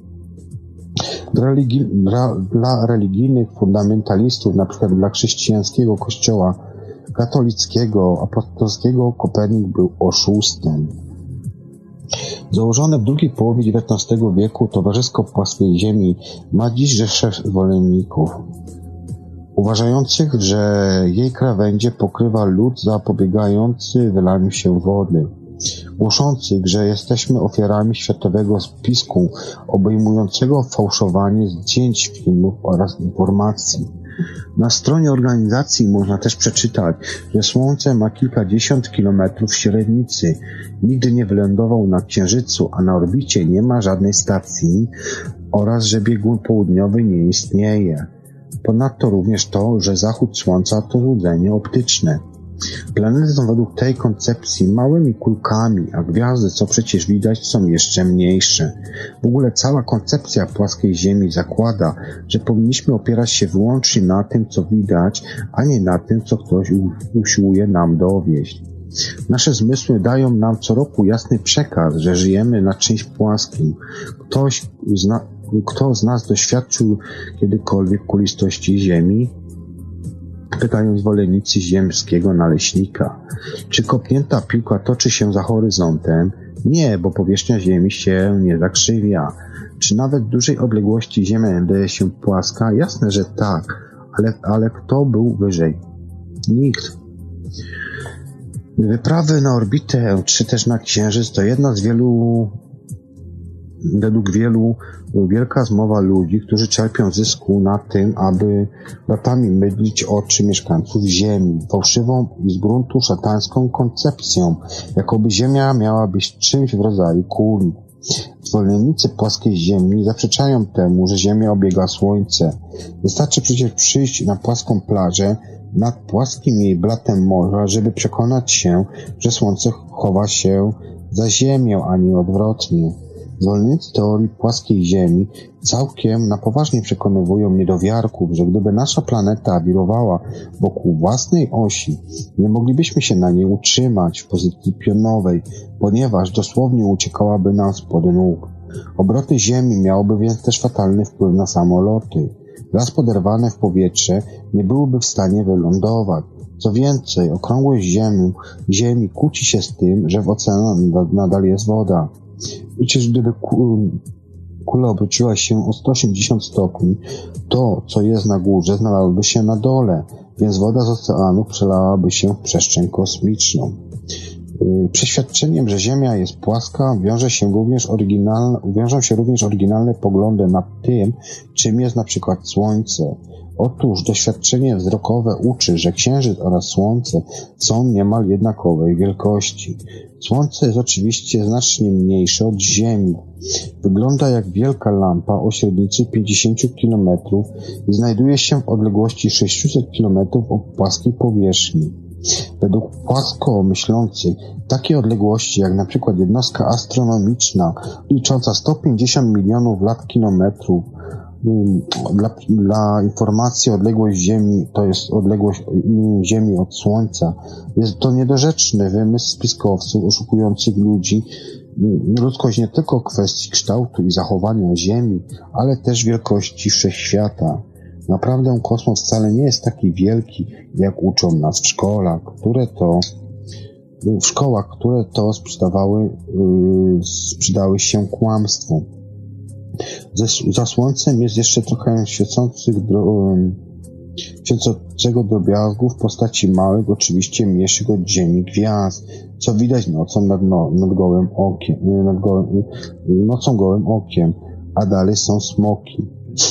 Dla religijnych fundamentalistów, na przykład dla chrześcijańskiego kościoła katolickiego, apostolskiego, Kopernik był oszustem. Założone w drugiej połowie XIX wieku Towarzysko Płaskiej Ziemi ma dziś rzeszę zwolenników, uważających, że jej krawędzie pokrywa lód zapobiegający wylaniu się wody, głoszących, że jesteśmy ofiarami światowego spisku obejmującego fałszowanie zdjęć, filmów oraz informacji. Na stronie organizacji można też przeczytać, że Słońce ma kilkadziesiąt kilometrów średnicy, nigdy nie wylądował na Księżycu, a na orbicie nie ma żadnej stacji oraz że biegun południowy nie istnieje. Ponadto również to, że zachód Słońca to złudzenie optyczne. Planety są według tej koncepcji małymi kulkami, a gwiazdy, co przecież widać, są jeszcze mniejsze. W ogóle cała koncepcja płaskiej Ziemi zakłada, że powinniśmy opierać się wyłącznie na tym, co widać, a nie na tym, co ktoś usiłuje nam dowieść. Nasze zmysły dają nam co roku jasny przekaz, że żyjemy na czymś płaskim. Kto z nas doświadczył kiedykolwiek kulistości Ziemi? Pytają zwolennicy ziemskiego naleśnika. Czy kopnięta piłka toczy się za horyzontem? Nie, bo powierzchnia Ziemi się nie zakrzywia. Czy nawet w dużej odległości Ziemia wydaje się płaska? Jasne, że tak. Ale kto był wyżej? Nikt. Wyprawy na orbitę, czy też na Księżyc to jedna z według wielu wielka zmowa ludzi, którzy czerpią zysku na tym, aby latami mydlić oczy mieszkańców Ziemi, fałszywą i z gruntu szatańską koncepcją, jakoby Ziemia miała być czymś w rodzaju kuli. Zwolennicy płaskiej Ziemi zaprzeczają temu, że Ziemia obiega Słońce. Wystarczy przecież przyjść na płaską plażę nad płaskim jej blatem morza, żeby przekonać się, że Słońce chowa się za Ziemią, a nie odwrotnie. Zwolennicy teorii płaskiej Ziemi całkiem na poważnie przekonywują niedowiarków, że gdyby nasza planeta wirowała wokół własnej osi, nie moglibyśmy się na niej utrzymać w pozycji pionowej, ponieważ dosłownie uciekałaby nam spod nóg. Obroty Ziemi miałyby więc też fatalny wpływ na samoloty. Raz poderwane w powietrze nie byłyby w stanie wylądować. Co więcej, okrągłość Ziemi kłóci się z tym, że w oceanach nadal jest woda. Przecież gdyby kula obróciła się o 180 stopni, to, co jest na górze, znalazłoby się na dole, więc woda z oceanu przelałaby się w przestrzeń kosmiczną. Przeświadczeniem, że Ziemia jest płaska, wiążą się również oryginalne poglądy nad tym, czym jest na przykład Słońce. Otóż doświadczenie wzrokowe uczy, że Księżyc oraz Słońce są niemal jednakowej wielkości. Słońce jest oczywiście znacznie mniejsze od Ziemi. Wygląda jak wielka lampa o średnicy 50 km i znajduje się w odległości 600 km od płaskiej powierzchni. Według płasko myślących takie odległości jak na przykład jednostka astronomiczna licząca 150 milionów lat kilometrów. Dla informacji odległość Ziemi to jest odległość Ziemi od Słońca. Jest to niedorzeczny wymysł spiskowców oszukujących ludzi. Ludzkość nie tylko kwestii kształtu i zachowania Ziemi, ale też wielkości wszechświata. Naprawdę kosmos wcale nie jest taki wielki, jak uczą nas w szkołach, które to sprzedały się kłamstwu. Za Słońcem jest jeszcze trochę świecącego drobiazgu w postaci małych, oczywiście mniejszych od Ziemi gwiazd, co widać nocą gołym okiem, a dalej są smoki.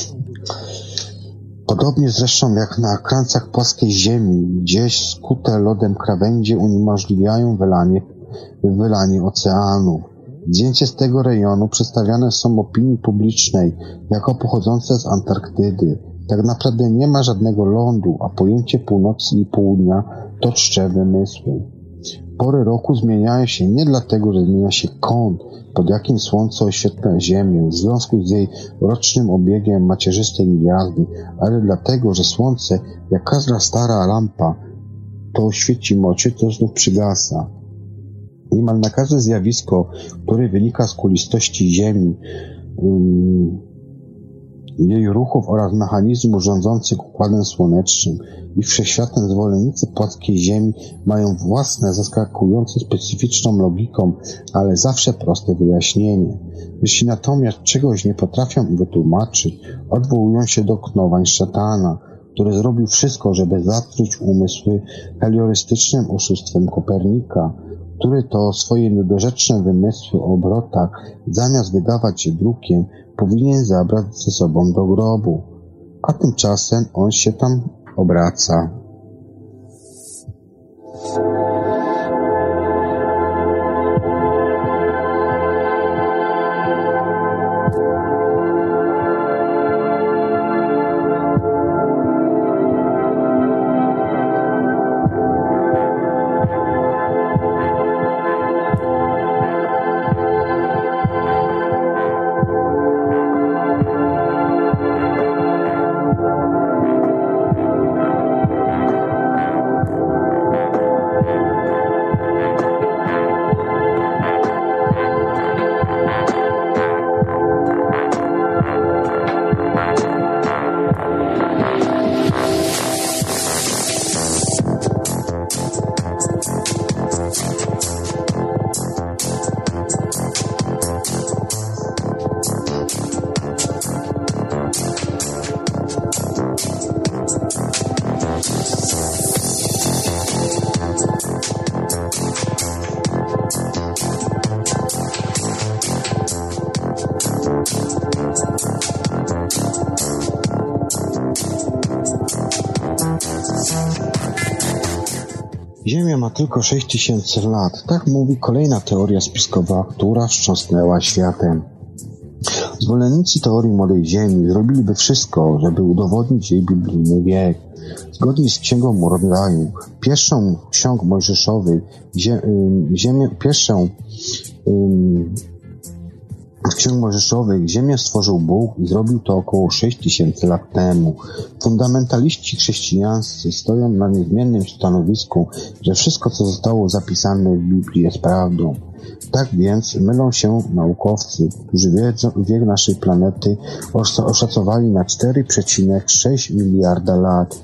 Podobnie zresztą jak na krańcach płaskiej Ziemi, gdzieś skute lodem krawędzie uniemożliwiają wylanie oceanu. Zdjęcia z tego rejonu przedstawiane są opinii publicznej jako pochodzące z Antarktydy. Tak naprawdę nie ma żadnego lądu, a pojęcie północy i południa to czcze wymysły. Pory roku zmieniają się nie dlatego, że zmienia się kąt, pod jakim Słońce oświetla Ziemię w związku z jej rocznym obiegiem macierzystej gwiazdy, ale dlatego, że Słońce, jak każda stara lampa, to świeci moczy, to znów przygasa. Niemal na każde zjawisko, które wynika z kulistości Ziemi, jej ruchów oraz mechanizmu rządzących układem słonecznym i wszechświatem, zwolennicy płaskiej Ziemi mają własne, zaskakujące specyficzną logiką, ale zawsze proste wyjaśnienie. Jeśli natomiast czegoś nie potrafią wytłumaczyć, odwołują się do knowań szatana, który zrobił wszystko, żeby zatruć umysły heliorystycznym oszustwem Kopernika, który to swoje niedorzeczne wymysły o obrotach, zamiast wydawać je drukiem, powinien zabrać ze sobą do grobu. A tymczasem on się tam obraca. Ziemia ma tylko 6000 lat. Tak mówi kolejna teoria spiskowa, która wstrząsnęła światem. Zwolennicy teorii młodej Ziemi zrobiliby wszystko, żeby udowodnić jej biblijny wiek. Zgodnie z Księgą Rodzaju, pierwszą ksiąg mojżeszowych, Z ksiąg mojżeszowych ziemię stworzył Bóg i zrobił to około 6000 lat temu. Fundamentaliści chrześcijańscy stoją na niezmiennym stanowisku, że wszystko, co zostało zapisane w Biblii, jest prawdą. Tak więc mylą się naukowcy, którzy wiek naszej planety oszacowali na 4,6 miliarda lat,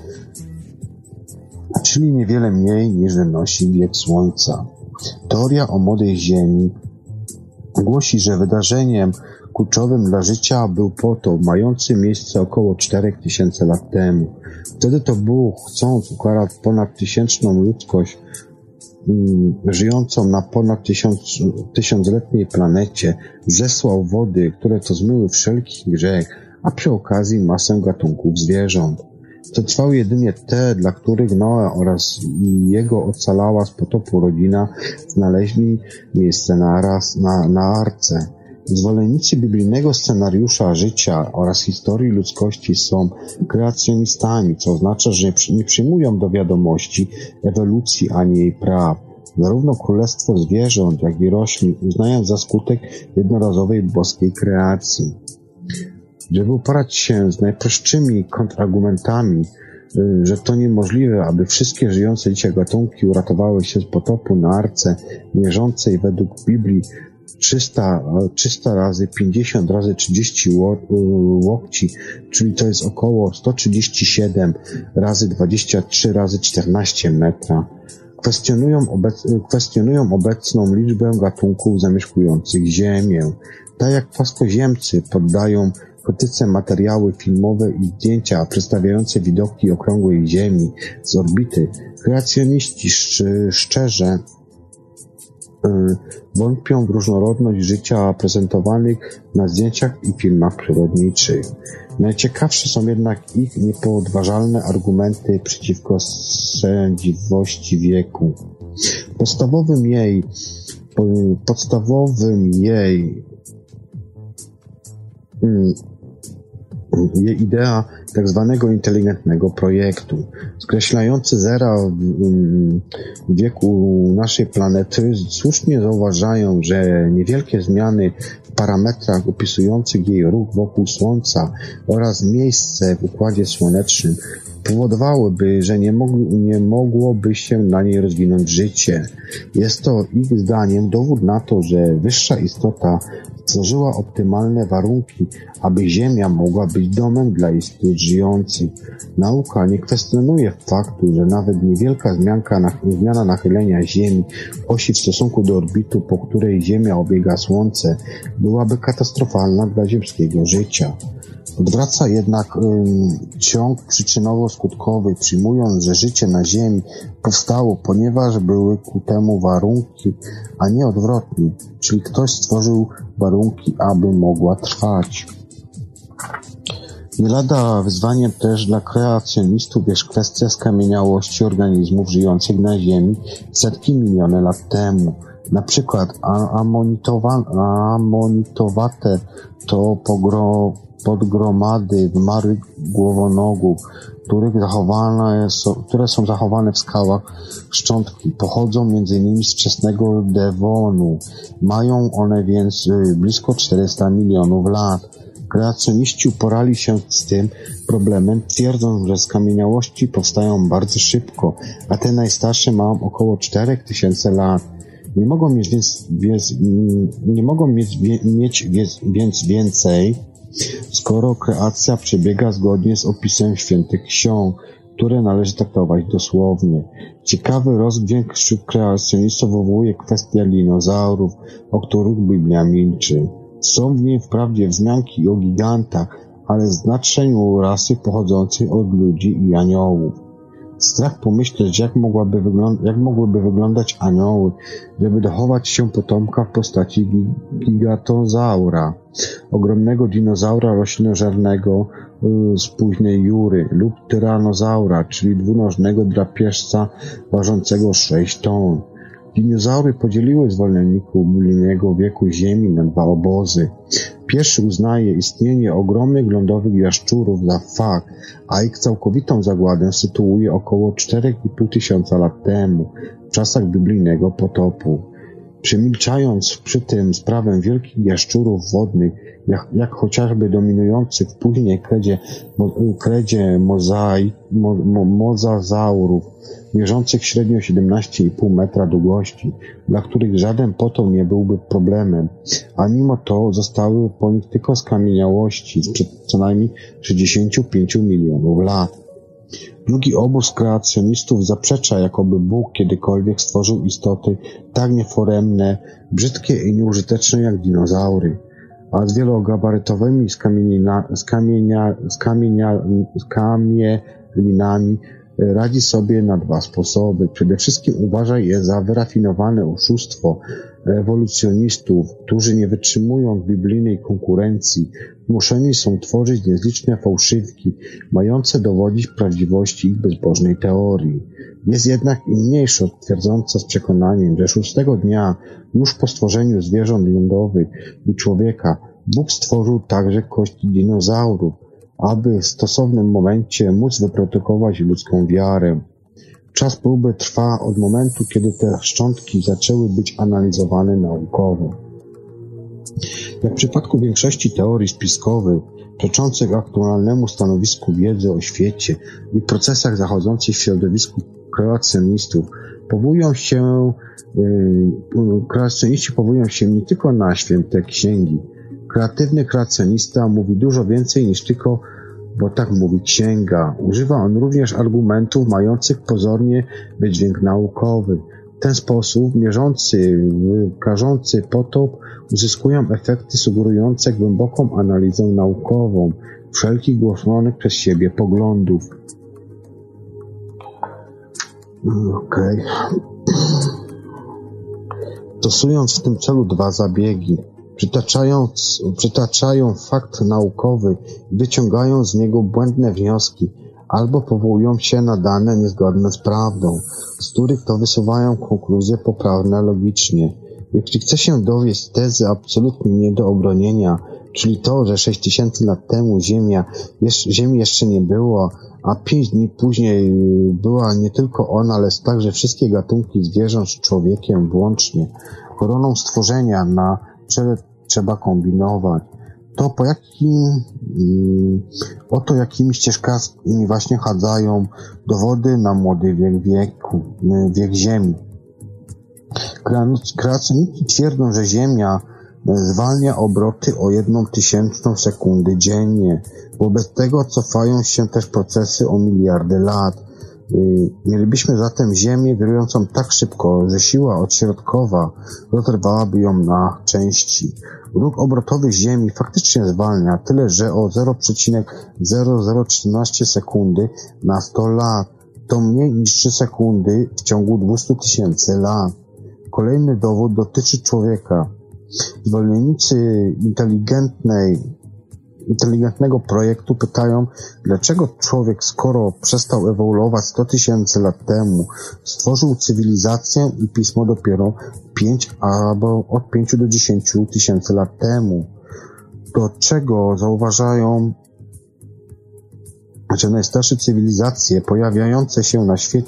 czyli niewiele mniej niż wynosi wiek Słońca. Teoria o młodej Ziemi głosi, że wydarzeniem kluczowym dla życia był potop, mający miejsce około 4000 lat temu. Wtedy to Bóg, chcąc ukarać ponad tysięczną ludzkość, żyjącą na ponad tysiącletniej planecie, zesłał wody, które to zmyły wszelki grzech, a przy okazji masę gatunków zwierząt. Przetrwały jedynie te, dla których Noe oraz jego ocalała z potopu rodzina znaleźli miejsce na arce. Zwolennicy biblijnego scenariusza życia oraz historii ludzkości są kreacjonistami, co oznacza, że nie przyjmują do wiadomości ewolucji ani jej praw. Zarówno królestwo zwierząt, jak i roślin uznają za skutek jednorazowej boskiej kreacji. Żeby uporać się z najprostszymi kontrargumentami, że to niemożliwe, aby wszystkie żyjące dzisiaj gatunki uratowały się z potopu na arce mierzącej według Biblii 300 razy 50 razy 30 łokci, czyli to jest około 137 razy 23 razy 14 metra. Kwestionują obecną liczbę gatunków zamieszkujących Ziemię. Tak jak płaskoziemcy poddają krytyce materiały filmowe i zdjęcia przedstawiające widoki okrągłej Ziemi z orbity, kreacjoniści szczerze wątpią w różnorodność życia prezentowanych na zdjęciach i filmach przyrodniczych. Najciekawsze są jednak ich niepodważalne argumenty przeciwko sędziwości wieku. Podstawowym jej idea tak zwanego inteligentnego projektu. Skreślający zera w wieku naszej planety słusznie zauważają, że niewielkie zmiany w parametrach opisujących jej ruch wokół Słońca oraz miejsce w Układzie Słonecznym powodowałyby, że nie mogłoby się na niej rozwinąć życie. Jest to ich zdaniem dowód na to, że wyższa istota stworzyła optymalne warunki, aby Ziemia mogła być domem dla istot żyjących. Nauka nie kwestionuje faktu, że nawet niewielka zmiana nachylenia Ziemi osi w stosunku do orbitu, po której Ziemia obiega Słońce, byłaby katastrofalna dla ziemskiego życia. Odwraca jednak ciąg przyczynowo-skutkowy, przyjmując, że życie na Ziemi powstało, ponieważ były ku temu warunki, a nie odwrotnie, czyli ktoś stworzył warunki, aby mogła trwać. Nie lada wyzwaniem też dla kreacjonistów jest kwestia skamieniałości organizmów żyjących na Ziemi setki miliony lat temu. Na przykład amonitowate to podgromady zmarłych głowonogów, które są zachowane w skałach szczątki, pochodzą m.in. z wczesnego Devonu. Mają one więc blisko 400 milionów lat. Kreacjoniści uporali się z tym problemem, twierdząc, że skamieniałości powstają bardzo szybko, a te najstarsze mają około 4000 lat. Nie mogą mieć więc więcej, skoro kreacja przebiega zgodnie z opisem świętych ksiąg, które należy traktować dosłownie. Ciekawy rozdźwięk wśród kreacjonistów wywołuje kwestia dinozaurów, o których Biblia milczy. Są w niej wprawdzie wzmianki o gigantach, ale w znaczeniu rasy pochodzącej od ludzi i aniołów. Strach pomyśleć, jak mogłyby wyglądać anioły, żeby dochować się potomka w postaci gigatozaura, ogromnego dinozaura roślinożernego z późnej Jury, lub tyranozaura, czyli dwunożnego drapieżca ważącego 6 ton. Dinozaury podzieliły zwolenników biblijnego wieku Ziemi na dwa obozy. Pierwszy uznaje istnienie ogromnych lądowych jaszczurów za fakt, a ich całkowitą zagładę sytuuje około 4,5 tysiąca lat temu, w czasach biblijnego potopu. Przemilczając przy tym sprawę wielkich jaszczurów wodnych, jak chociażby dominujących w później kredzie mozazaurów, mierzących średnio 17,5 metra długości, dla których żaden potom nie byłby problemem, a mimo to zostały po nich tylko skamieniałości sprzed co najmniej 65 milionów lat. Drugi obóz kreacjonistów zaprzecza, jakoby Bóg kiedykolwiek stworzył istoty tak nieforemne, brzydkie i nieużyteczne jak dinozaury, a z wielogabarytowymi skamielinami radzi sobie na dwa sposoby. Przede wszystkim uważa je za wyrafinowane oszustwo ewolucjonistów, którzy nie wytrzymując biblijnej konkurencji, zmuszeni są tworzyć niezliczne fałszywki, mające dowodzić prawdziwości ich bezbożnej teorii. Jest jednak i mniejsza, twierdząca z przekonaniem, że 6 dnia, już po stworzeniu zwierząt lądowych i człowieka, Bóg stworzył także kości dinozaurów, aby w stosownym momencie móc wyprodukować ludzką wiarę. Czas próby trwa od momentu, kiedy te szczątki zaczęły być analizowane naukowo. Jak w przypadku większości teorii spiskowych, przeczących aktualnemu stanowisku wiedzy o świecie i procesach zachodzących w środowisku kreacjonistów, kreacjoniści powołują się nie tylko na święte księgi. Kreatywny kreacjonista mówi dużo więcej niż tylko, bo tak mówi księga. Używa on również argumentów mających pozornie wydźwięk naukowy. W ten sposób mierzący, każący potop uzyskują efekty sugerujące głęboką analizę naukową wszelkich głoszonych przez siebie poglądów. Stosując w tym celu dwa zabiegi. Przytaczają fakt naukowy i wyciągają z niego błędne wnioski, albo powołują się na dane niezgodne z prawdą, z których to wysuwają konkluzje poprawne logicznie. Jeśli chce się dowieść tezy absolutnie nie do obronienia, czyli to, że 6000 lat temu Ziemi jeszcze nie było, a 5 dni później była nie tylko ona, ale także wszystkie gatunki zwierząt z człowiekiem włącznie, koroną stworzenia na czele trzeba kombinować. To oto jakimi ścieżkami właśnie chadzają dowody na młody wiek Ziemi. Kreacjoniści twierdzą, że Ziemia zwalnia obroty o 1/1000 sekundy dziennie. Wobec tego cofają się też procesy o miliardy lat. Mielibyśmy zatem Ziemię wirującą tak szybko, że siła odśrodkowa rozerwałaby ją na części. Ruch obrotowy Ziemi faktycznie zwalnia, tyle że o 0,0014 sekundy na 100 lat. To mniej niż 3 sekundy w ciągu 200 000 lat. Kolejny dowód dotyczy człowieka. Zwolennicy inteligentnego projektu pytają, dlaczego człowiek, skoro przestał ewoluować 100 000 lat temu, stworzył cywilizację i pismo dopiero 5 albo od 5 do 10 000 lat temu. Do czego zauważają, że najstarsze cywilizacje pojawiają się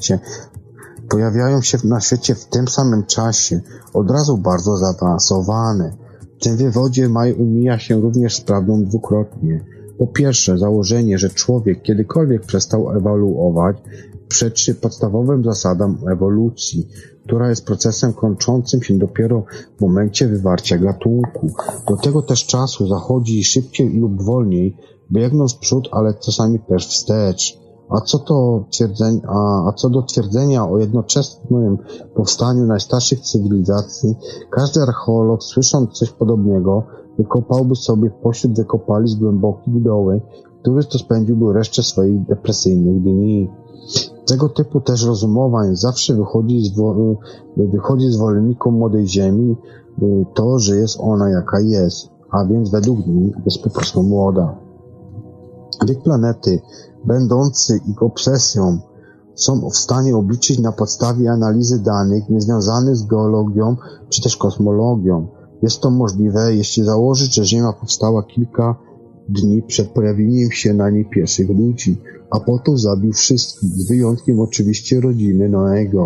na świecie w tym samym czasie, od razu bardzo zaawansowane. W tym wywodzie mija się również z prawdą dwukrotnie. Po pierwsze, założenie, że człowiek kiedykolwiek przestał ewoluować, przeczy podstawowym zasadom ewolucji, która jest procesem kończącym się dopiero w momencie wywarcia gatunku. Do tego też czasu zachodzi szybciej lub wolniej, biegnąc w przód, ale czasami też wstecz. A co do twierdzenia o jednoczesnym powstaniu najstarszych cywilizacji, każdy archeolog, słysząc coś podobnego, wykopałby sobie pośród wykopalisk głębokich dołek, w których to spędziłby resztę swoich depresyjnych dni. Tego typu też rozumowań zawsze wychodzi zwolennikom młodej Ziemi to, że jest ona jaka jest, a więc według nich jest po prostu młoda. Wiek planety, będący ich obsesją, są w stanie obliczyć na podstawie analizy danych niezwiązanych z geologią czy też kosmologią. Jest to możliwe, jeśli założyć, że Ziemia powstała kilka dni przed pojawieniem się na niej pierwszych ludzi, a potem zabił wszystkich, z wyjątkiem oczywiście rodziny Noego.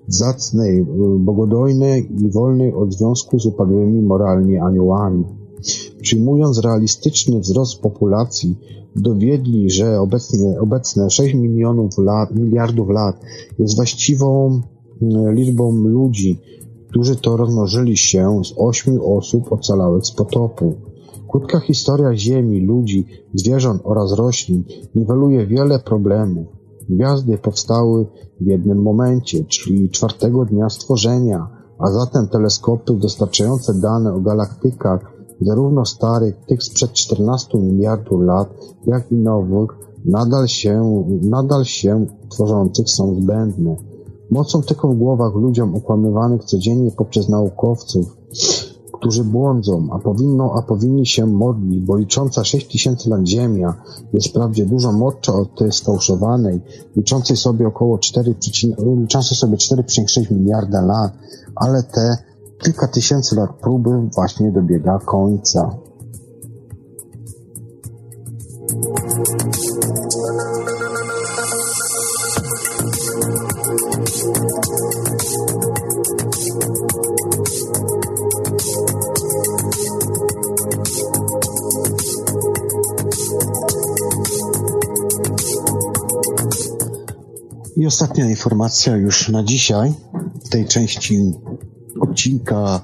zacnej, bogodojnej i wolnej od związku z upadłymi moralnie aniołami. Przyjmując realistyczny wzrost populacji, dowiedli, że obecne 6 miliardów lat jest właściwą liczbą ludzi, którzy to rozmnożyli się z 8 osób ocalałych z potopu. Krótka historia Ziemi, ludzi, zwierząt oraz roślin niweluje wiele problemów. Gwiazdy powstały w jednym momencie, czyli 4. dnia stworzenia, a zatem teleskopy dostarczające dane o galaktykach, zarówno starych, tych sprzed 14 miliardów lat, jak i nowych, nadal się tworzących są zbędne. Mocą tylko w głowach ludziom okłamywanych codziennie poprzez naukowców, którzy błądzą, a powinni się modlić, bo licząca 6000 lat Ziemia jest wprawdzie dużo młodsza od tej sfałszowanej, liczącej sobie 4,6 miliarda lat, ale te kilka tysięcy lat próby właśnie dobiega końca. I ostatnia informacja już na dzisiaj, w tej części odcinka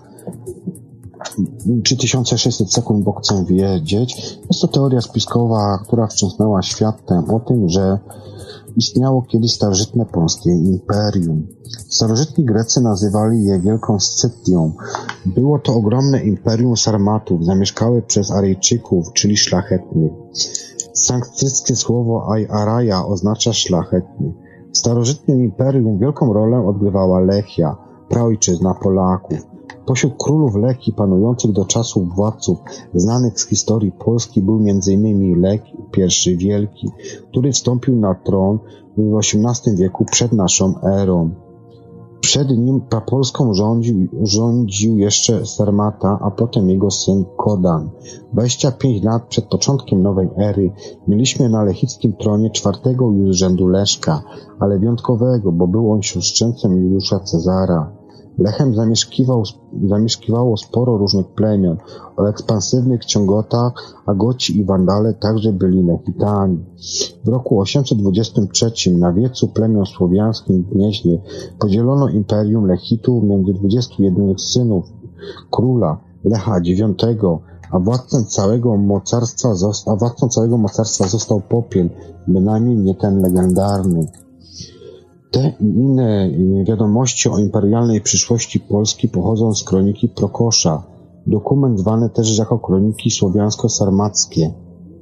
3600 sekund, bo chcę wiedzieć. Jest to teoria spiskowa, która wstrząsnęła światem o tym, że istniało kiedyś starożytne polskie imperium. Starożytni Grecy nazywali je Wielką Scytią. Było to ogromne imperium Sarmatów, zamieszkałe przez Aryjczyków, czyli szlachetnych. Sanskryckie słowo Araja oznacza szlachetny. W starożytnym imperium wielką rolę odgrywała Lechia, praojczyzna Polaków. Pośród królów Lechii panujących do czasów władców znanych z historii Polski był m.in. Lech I Wielki, który wstąpił na tron w XVIII wieku przed naszą erą. Przed nim Polską rządził jeszcze Sarmata, a potem jego syn Kodan. 25 lat przed początkiem nowej ery mieliśmy na lechickim tronie 4. już rzędu Leszka, ale wyjątkowego, bo był on siostrzeńcem Juliusza Cezara. Lechem zamieszkiwało sporo różnych plemion o ekspansywnych ciągotach, a Goci i Wandale także byli Lechitami. W roku 823 na wiecu plemion słowiańskim w Gnieźnie podzielono imperium Lechitów między 21 synów króla Lecha IX, a władcą całego mocarstwa został Popiel, bynajmniej nie ten legendarny. Te i inne wiadomości o imperialnej przyszłości Polski pochodzą z kroniki Prokosza, dokument zwany też jako kroniki słowiańsko-sarmackie.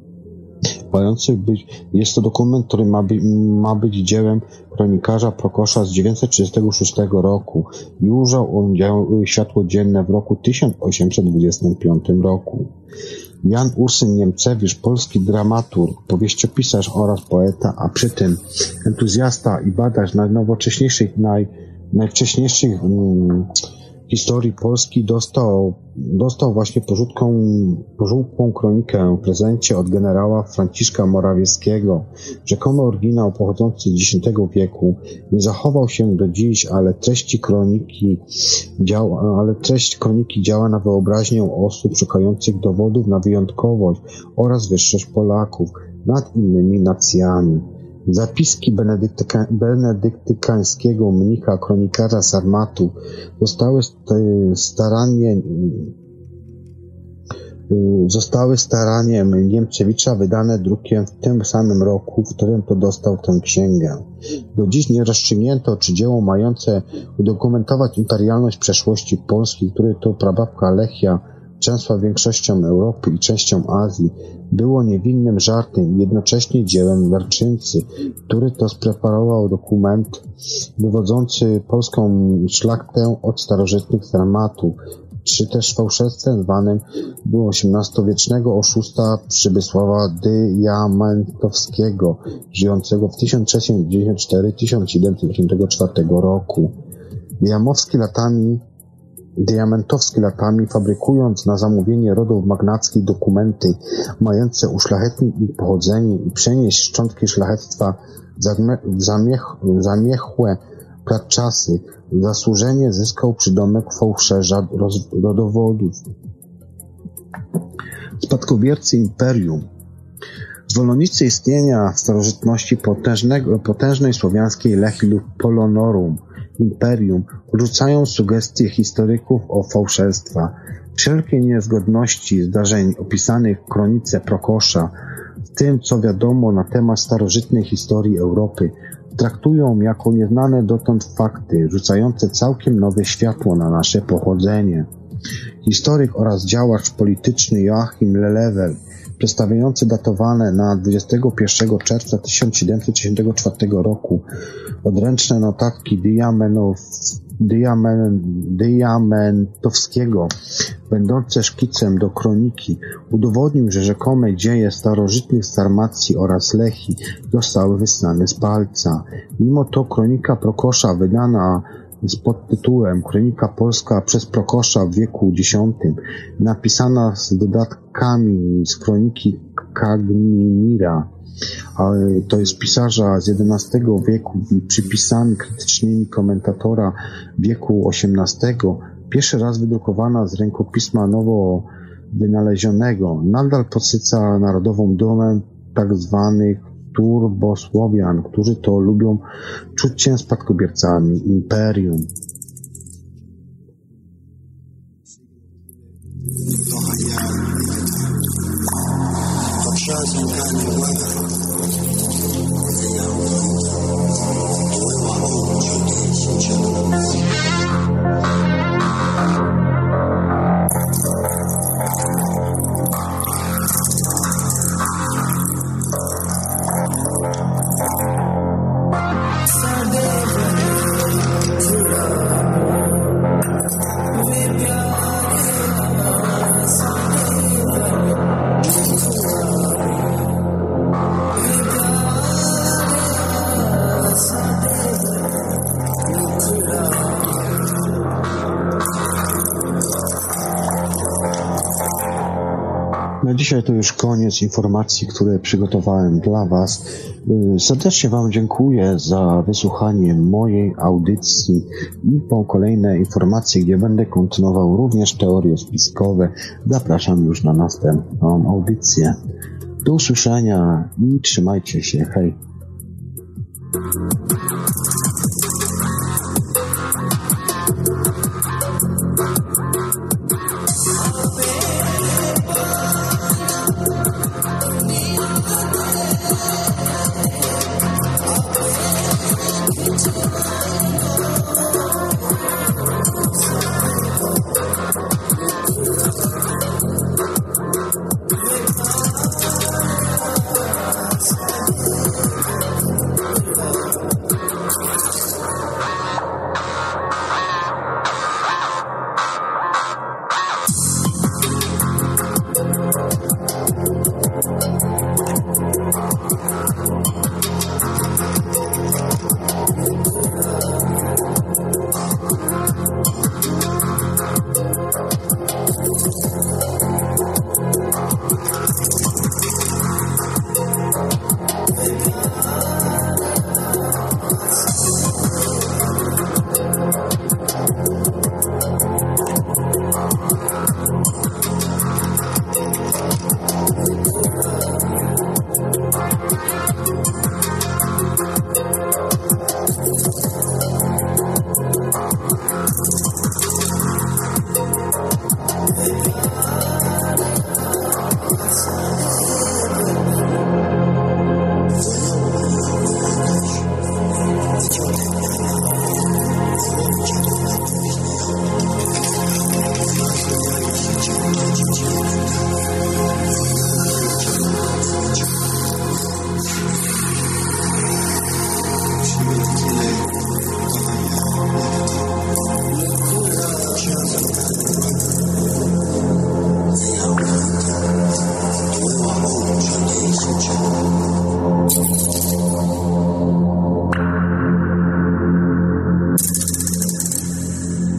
Jest to dokument, który ma być dziełem kronikarza Prokosza z 936 roku i ujrzał on światło dzienne w roku 1825 roku. Jan Ursyn Niemcewicz, polski dramaturg, powieściopisarz oraz poeta, a przy tym entuzjasta i badacz najwcześniejszych historii Polski, dostał właśnie pożółkłą kronikę w prezencie od generała Franciszka Morawieckiego. Rzekomy oryginał pochodzący z X wieku nie zachował się do dziś, ale treść kroniki działa na wyobraźnię osób szukających dowodów na wyjątkowość oraz wyższość Polaków nad innymi nacjami. Zapiski benedyktykańskiego mnicha kronikarza Sarmatu zostały staraniem Niemcewicza wydane drukiem w tym samym roku, w którym to dostał tę księgę. Do dziś nie rozstrzygnięto, czy dzieło mające udokumentować imperialność przeszłości Polski, której to prababka Lechia częstła większością Europy i częścią Azji, było niewinnym żartem i jednocześnie dziełem darczyńcy, który to spreparował dokument wywodzący polską szlachtę od starożytnych Sarmatów, czy też fałszerstwem zwanym XVIII-wiecznego oszusta Przemysława Dyjamentowskiego, żyjącego w 1394-1754 roku. Dyjamentowski latami, fabrykując na zamówienie rodów magnackich dokumenty mające uszlachetnić ich pochodzenie i przenieść szczątki szlachectwa w zamiechłe Pradczasy. Zasłużenie zyskał przydomek fałszerza rodowodów. Spadkobiercy imperium. Zwolennicy istnienia w starożytności potężnej słowiańskiej lechii lub Polonorum, imperium, odrzucają sugestie historyków o fałszerstwa. Wszelkie niezgodności zdarzeń opisanych w kronice Prokosza, w tym co wiadomo na temat starożytnej historii Europy, traktują jako nieznane dotąd fakty, rzucające całkiem nowe światło na nasze pochodzenie. Historyk oraz działacz polityczny Joachim Lelewel, przedstawiający datowane na 21 czerwca 1764 roku odręczne notatki Diamentowskiego, będące szkicem do kroniki, udowodnił, że rzekome dzieje starożytnych Sarmacji oraz Lechii zostały wysłane z palca. Mimo to kronika Prokosza, wydana z podtytułem Kronika Polska przez Prokosza w wieku X, napisana z dodatkami z kroniki Kagnimira, to jest pisarza z XI wieku i przypisami krytycznymi komentatora wieku XVIII, pierwszy raz wydrukowana z rękopisma nowo wynalezionego, nadal podsyca narodową dumę tak zwanych turbosłowian, którzy to lubią czuć się spadkobiercami imperium. Na dzisiaj to już koniec informacji, które przygotowałem dla Was. Serdecznie Wam dziękuję za wysłuchanie mojej audycji i po kolejne informacje, gdzie będę kontynuował również teorie spiskowe. Zapraszam już na następną audycję. Do usłyszenia i trzymajcie się. Hej!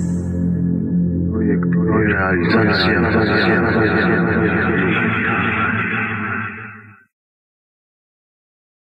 Realizacja